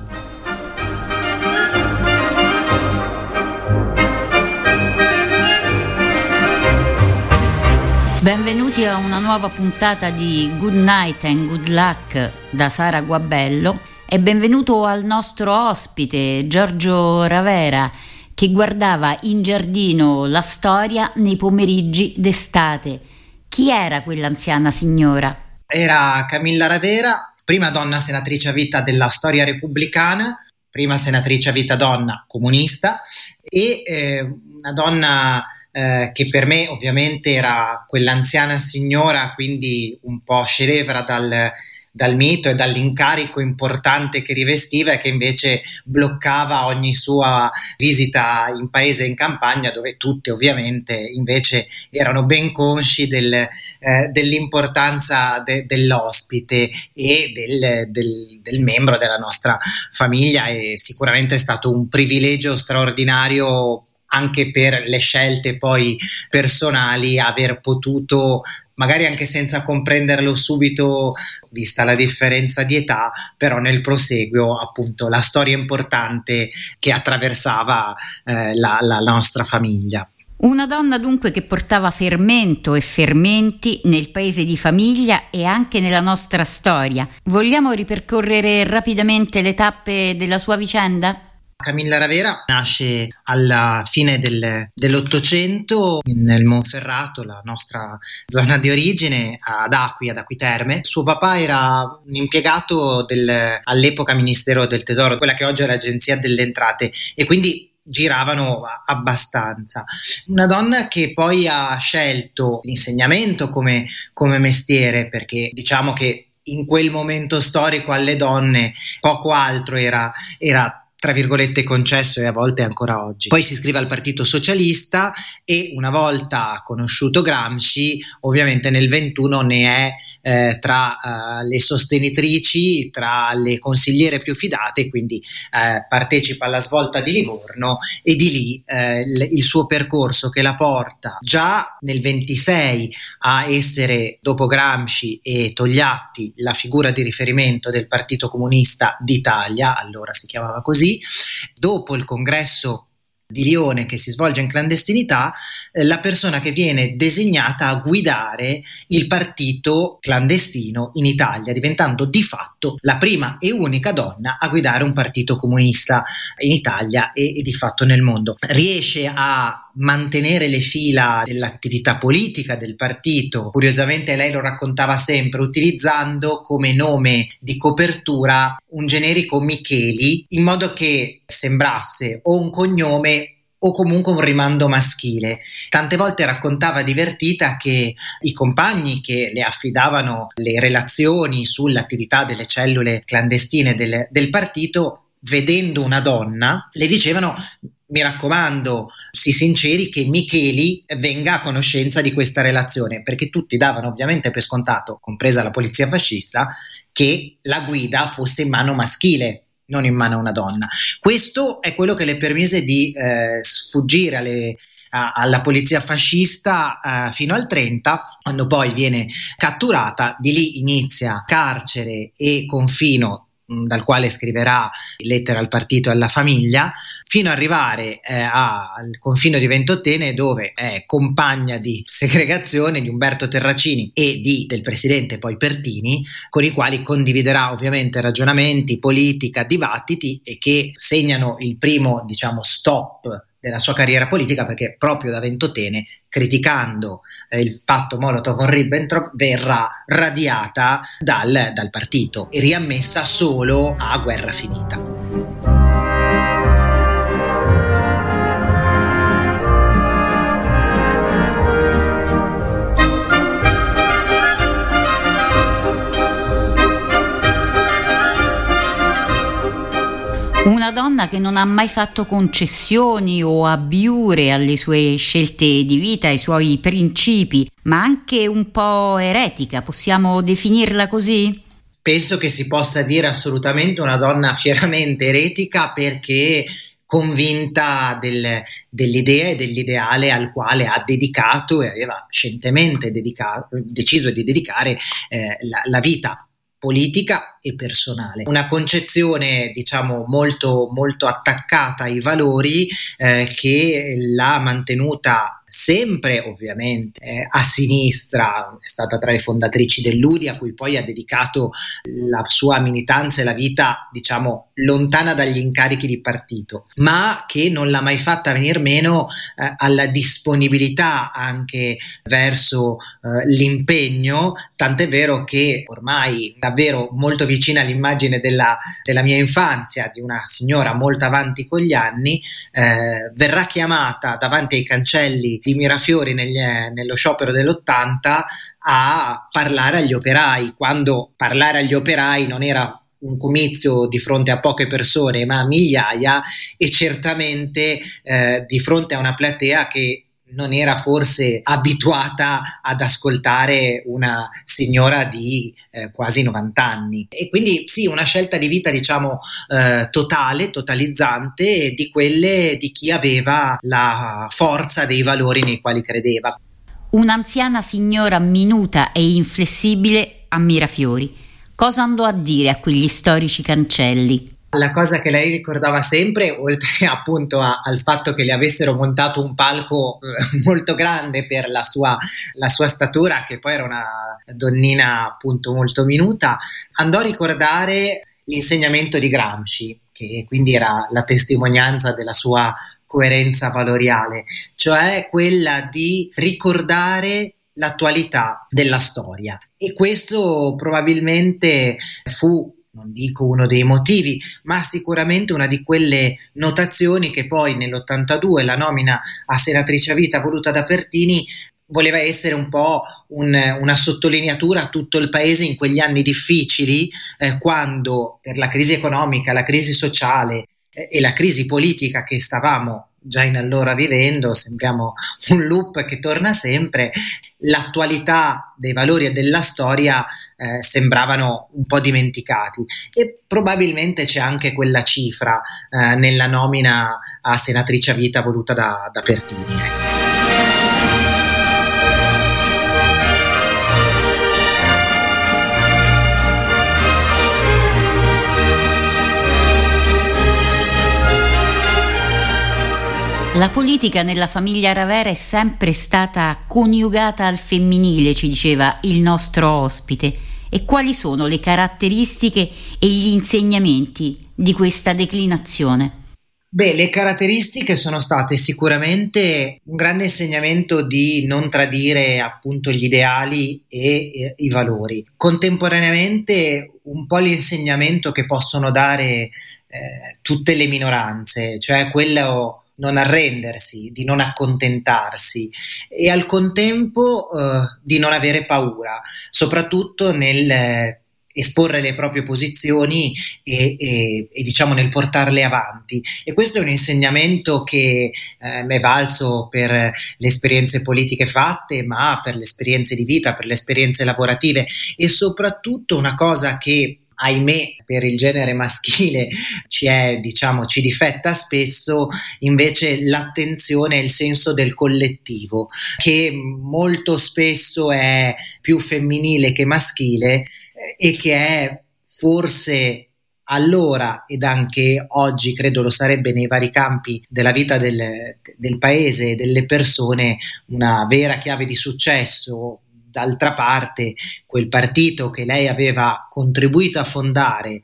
Benvenuti a una nuova puntata di Good Night and Good Luck da Sara Guabello e benvenuto al nostro ospite Giorgio Ravera, che guardava in giardino la storia nei pomeriggi d'estate. Chi era quell'anziana signora? Era Camilla Ravera, prima donna senatrice a vita della storia repubblicana, prima senatrice a vita donna comunista e eh, una donna eh, che per me ovviamente era quell'anziana signora, quindi un po' scevra dal dal mito e dall'incarico importante che rivestiva e che invece bloccava ogni sua visita in paese e in campagna, dove tutti ovviamente invece erano ben consci del, eh, dell'importanza de, dell'ospite e del, del, del membro della nostra famiglia, e sicuramente è stato un privilegio straordinario anche per le scelte poi personali aver potuto, magari anche senza comprenderlo subito, vista la differenza di età, però nel proseguo appunto la storia importante che attraversava eh, la, la nostra famiglia. Una donna dunque che portava fermento e fermenti nel paese di famiglia e anche nella nostra storia. Vogliamo ripercorrere rapidamente le tappe della sua vicenda? Camilla Ravera nasce alla fine del, dell'Ottocento nel Monferrato, la nostra zona di origine, ad Acqui, ad Acqui Terme. Suo papà era un impiegato del, all'epoca Ministero del Tesoro, quella che oggi è l'Agenzia delle Entrate, e quindi giravano abbastanza. Una donna che poi ha scelto l'insegnamento come, come mestiere, perché diciamo che in quel momento storico alle donne poco altro era, era tra virgolette concesso, e a volte ancora oggi. Poi si iscrive al Partito Socialista e una volta conosciuto Gramsci, ovviamente nel ventuno ne è eh, tra uh, le sostenitrici, tra le consigliere più fidate, quindi eh, partecipa alla svolta di Livorno, e di lì eh, il, il suo percorso che la porta già nel ventisei a essere, dopo Gramsci e Togliatti, la figura di riferimento del Partito Comunista d'Italia, allora si chiamava così. Dopo il congresso di Lione, che si svolge in clandestinità, eh, la persona che viene designata a guidare il partito clandestino in Italia, diventando di fatto la prima e unica donna a guidare un partito comunista in Italia e, e di fatto nel mondo. Riesce a mantenere le fila dell'attività politica del partito. Curiosamente lei lo raccontava sempre utilizzando come nome di copertura un generico Micheli, in modo che sembrasse o un cognome o comunque un rimando maschile. Tante volte raccontava divertita che i compagni che le affidavano le relazioni sull'attività delle cellule clandestine del, del partito, vedendo una donna, le dicevano: mi raccomando, si sinceri che Micheli venga a conoscenza di questa relazione, perché tutti davano ovviamente per scontato, compresa la polizia fascista, che la guida fosse in mano maschile, non in mano a una donna. Questo è quello che le permise di eh, sfuggire alle, a, alla polizia fascista eh, fino al trenta, quando poi viene catturata. Di lì inizia carcere e confino, dal quale scriverà lettere al partito e alla famiglia, fino ad arrivare eh, al confino di Ventotene, dove è compagna di segregazione di Umberto Terracini e di, del presidente poi Pertini, con i quali condividerà ovviamente ragionamenti, politica, dibattiti, e che segnano il primo, diciamo, stop della sua carriera politica, perché proprio da Ventotene, criticando eh, il patto Molotov-Ribbentrop, verrà radiata dal, dal partito e riammessa solo a guerra finita. Una donna che non ha mai fatto concessioni o abbiure alle sue scelte di vita, ai suoi principi, ma anche un po' eretica, possiamo definirla così? Penso che si possa dire assolutamente una donna fieramente eretica, perché convinta del, dell'idea e dell'ideale al quale ha dedicato e aveva scientemente dedicato, deciso di dedicare eh, la, la vita politica e personale. Una concezione, diciamo, molto molto attaccata ai valori eh, che l'ha mantenuta sempre, ovviamente, eh, a sinistra. È stata tra le fondatrici dell'U D I, a cui poi ha dedicato la sua militanza e la vita, diciamo, lontana dagli incarichi di partito, ma che non l'ha mai fatta venir meno eh, alla disponibilità anche verso eh, l'impegno, tant'è vero che ormai davvero molto vicina all'immagine della, della mia infanzia, di una signora molto avanti con gli anni, eh, verrà chiamata davanti ai cancelli di Mirafiori negli, nello sciopero dell'ottanta a parlare agli operai, quando parlare agli operai non era un comizio di fronte a poche persone ma a migliaia, e certamente eh, di fronte a una platea che non era forse abituata ad ascoltare una signora di eh, quasi novanta anni. E quindi sì, una scelta di vita, diciamo, eh, totale, totalizzante, di quelle di chi aveva la forza dei valori nei quali credeva. Un'anziana signora minuta e inflessibile a Mirafiori. Cosa andò a dire a quegli storici cancelli? La cosa che lei ricordava sempre, oltre appunto a, al fatto che le avessero montato un palco eh, molto grande per la sua, la sua statura, che poi era una donnina appunto molto minuta, andò a ricordare l'insegnamento di Gramsci, che quindi era la testimonianza della sua coerenza valoriale, cioè quella di ricordare l'attualità della storia. E questo probabilmente fu, non dico uno dei motivi, ma sicuramente una di quelle notazioni che poi nell'ottantadue la nomina a senatrice a vita voluta da Pertini voleva essere un po' un, una sottolineatura a tutto il paese in quegli anni difficili, eh, quando per la crisi economica, la crisi sociale eh, e la crisi politica che stavamo già in allora vivendo, sembriamo un loop che torna sempre, l'attualità dei valori e della storia eh, sembravano un po' dimenticati, e probabilmente c'è anche quella cifra eh, nella nomina a senatrice a vita voluta da, da Pertini. La politica nella famiglia Ravera è sempre stata coniugata al femminile, ci diceva il nostro ospite. E quali sono le caratteristiche e gli insegnamenti di questa declinazione? Beh, le caratteristiche sono state sicuramente un grande insegnamento di non tradire appunto gli ideali e, e i valori. Contemporaneamente un po' l'insegnamento che possono dare eh, tutte le minoranze, cioè quello non arrendersi, di non accontentarsi e al contempo eh, di non avere paura, soprattutto nel eh, esporre le proprie posizioni e, e, e diciamo nel portarle avanti. E questo è un insegnamento che eh, mi è valso per le esperienze politiche fatte, ma per le esperienze di vita, per le esperienze lavorative, e soprattutto una cosa che ahimè per il genere maschile ci è, diciamo, ci difetta spesso, invece l'attenzione e il senso del collettivo, che molto spesso è più femminile che maschile e che è forse allora ed anche oggi credo lo sarebbe nei vari campi della vita del, del paese e delle persone una vera chiave di successo. D'altra parte, quel partito che lei aveva contribuito a fondare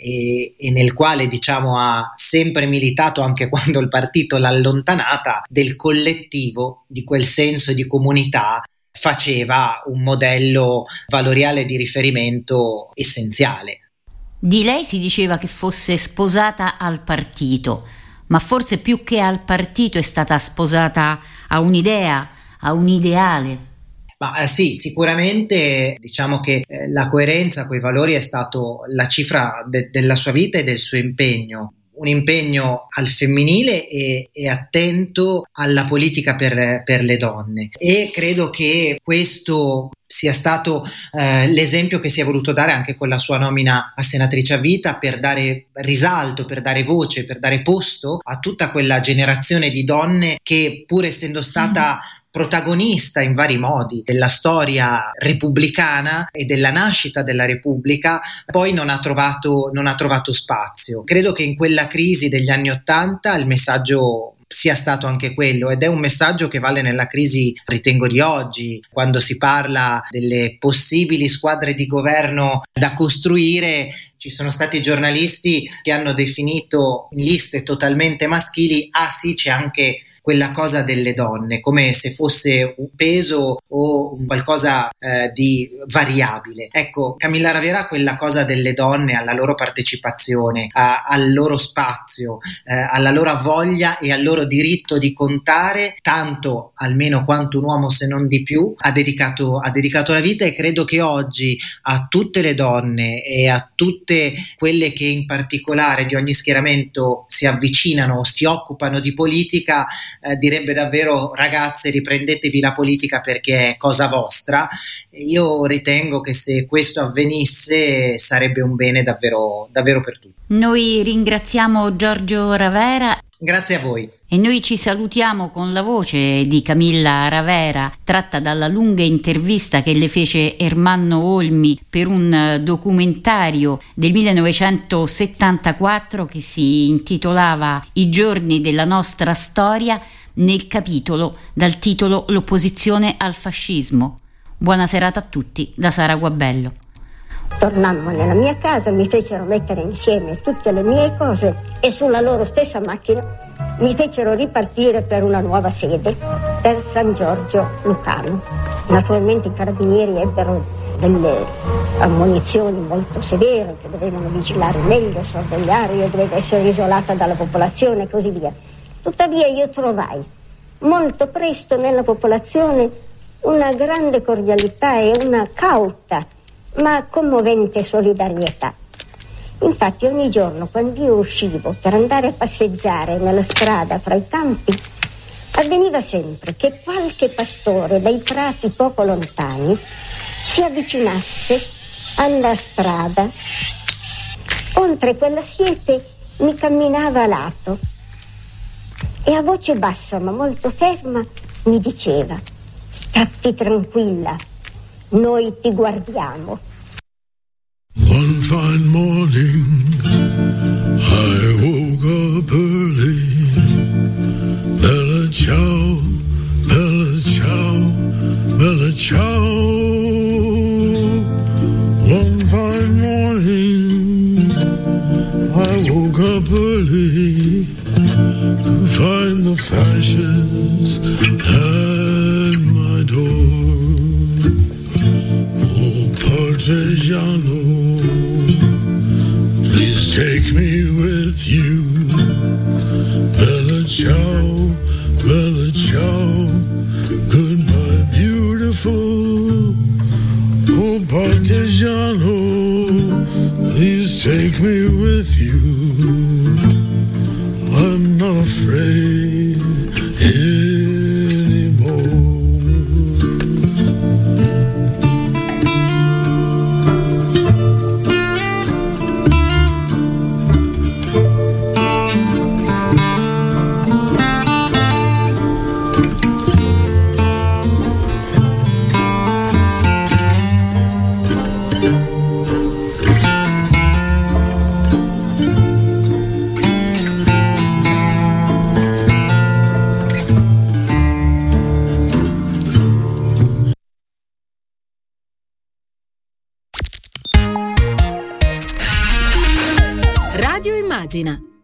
e, e nel quale, diciamo, ha sempre militato anche quando il partito l'ha allontanata, del collettivo, di quel senso di comunità, faceva un modello valoriale di riferimento essenziale. Di lei si diceva che fosse sposata al partito, ma forse più che al partito è stata sposata a un'idea, a un ideale. Ma eh, sì, sicuramente diciamo che eh, la coerenza coi valori è stato la cifra de- della sua vita e del suo impegno. Un impegno al femminile e, e attento alla politica per, per le donne, e credo che questo sia stato eh, l'esempio che si è voluto dare anche con la sua nomina a senatrice a vita, per dare risalto, per dare voce, per dare posto a tutta quella generazione di donne che, pur essendo stata mm. protagonista in vari modi della storia repubblicana e della nascita della Repubblica, poi non ha trovato, non ha trovato spazio. Credo che in quella crisi degli anni Ottanta il messaggio sia stato anche quello, ed è un messaggio che vale nella crisi, ritengo, di oggi, quando si parla delle possibili squadre di governo da costruire. Ci sono stati giornalisti che hanno definito in liste totalmente maschili, ah sì, c'è anche quella cosa delle donne, come se fosse un peso o un qualcosa eh, di variabile. Ecco, Camilla Ravera ha quella cosa delle donne, alla loro partecipazione, a, al loro spazio, eh, alla loro voglia e al loro diritto di contare, tanto almeno quanto un uomo, se non di più, ha dedicato, ha dedicato la vita. E credo che oggi a tutte le donne e a tutte quelle che in particolare di ogni schieramento si avvicinano o si occupano di politica, Eh, direbbe davvero: ragazze, riprendetevi la politica perché è cosa vostra. Io ritengo che se questo avvenisse sarebbe un bene davvero, davvero per tutti. Noi ringraziamo Giorgio Ravera. Grazie a voi. E noi ci salutiamo con la voce di Camilla Ravera, tratta dalla lunga intervista che le fece Ermanno Olmi per un documentario del millenovecentosettantaquattro che si intitolava I giorni della nostra storia, nel capitolo dal titolo L'opposizione al fascismo. Buona serata a tutti da Sara Guabello. Tornammo nella mia casa, mi fecero mettere insieme tutte le mie cose e sulla loro stessa macchina mi fecero ripartire per una nuova sede, per San Giorgio Lucano. Naturalmente i carabinieri ebbero delle ammonizioni molto severe, che dovevano vigilare meglio, sorvegliare, io dovevo essere isolata dalla popolazione e così via. Tuttavia io trovai molto presto nella popolazione una grande cordialità e una cauta ma commovente solidarietà. Infatti ogni giorno, quando io uscivo per andare a passeggiare nella strada fra i campi, avveniva sempre che qualche pastore dai prati poco lontani si avvicinasse alla strada. Oltre quella siepe mi camminava a lato e a voce bassa ma molto ferma mi diceva: statti tranquilla, noi ti guardiamo. One fine morning I woke up early. Bella ciao, bella ciao, bella ciao. One fine morning I woke up early to find the fashions at my door. Oh, Partigiano, please take me with you. Bella ciao, bella ciao, goodbye beautiful. Oh, Partigiano, please take me with you. I'm not afraid anymore. Radio Immagina.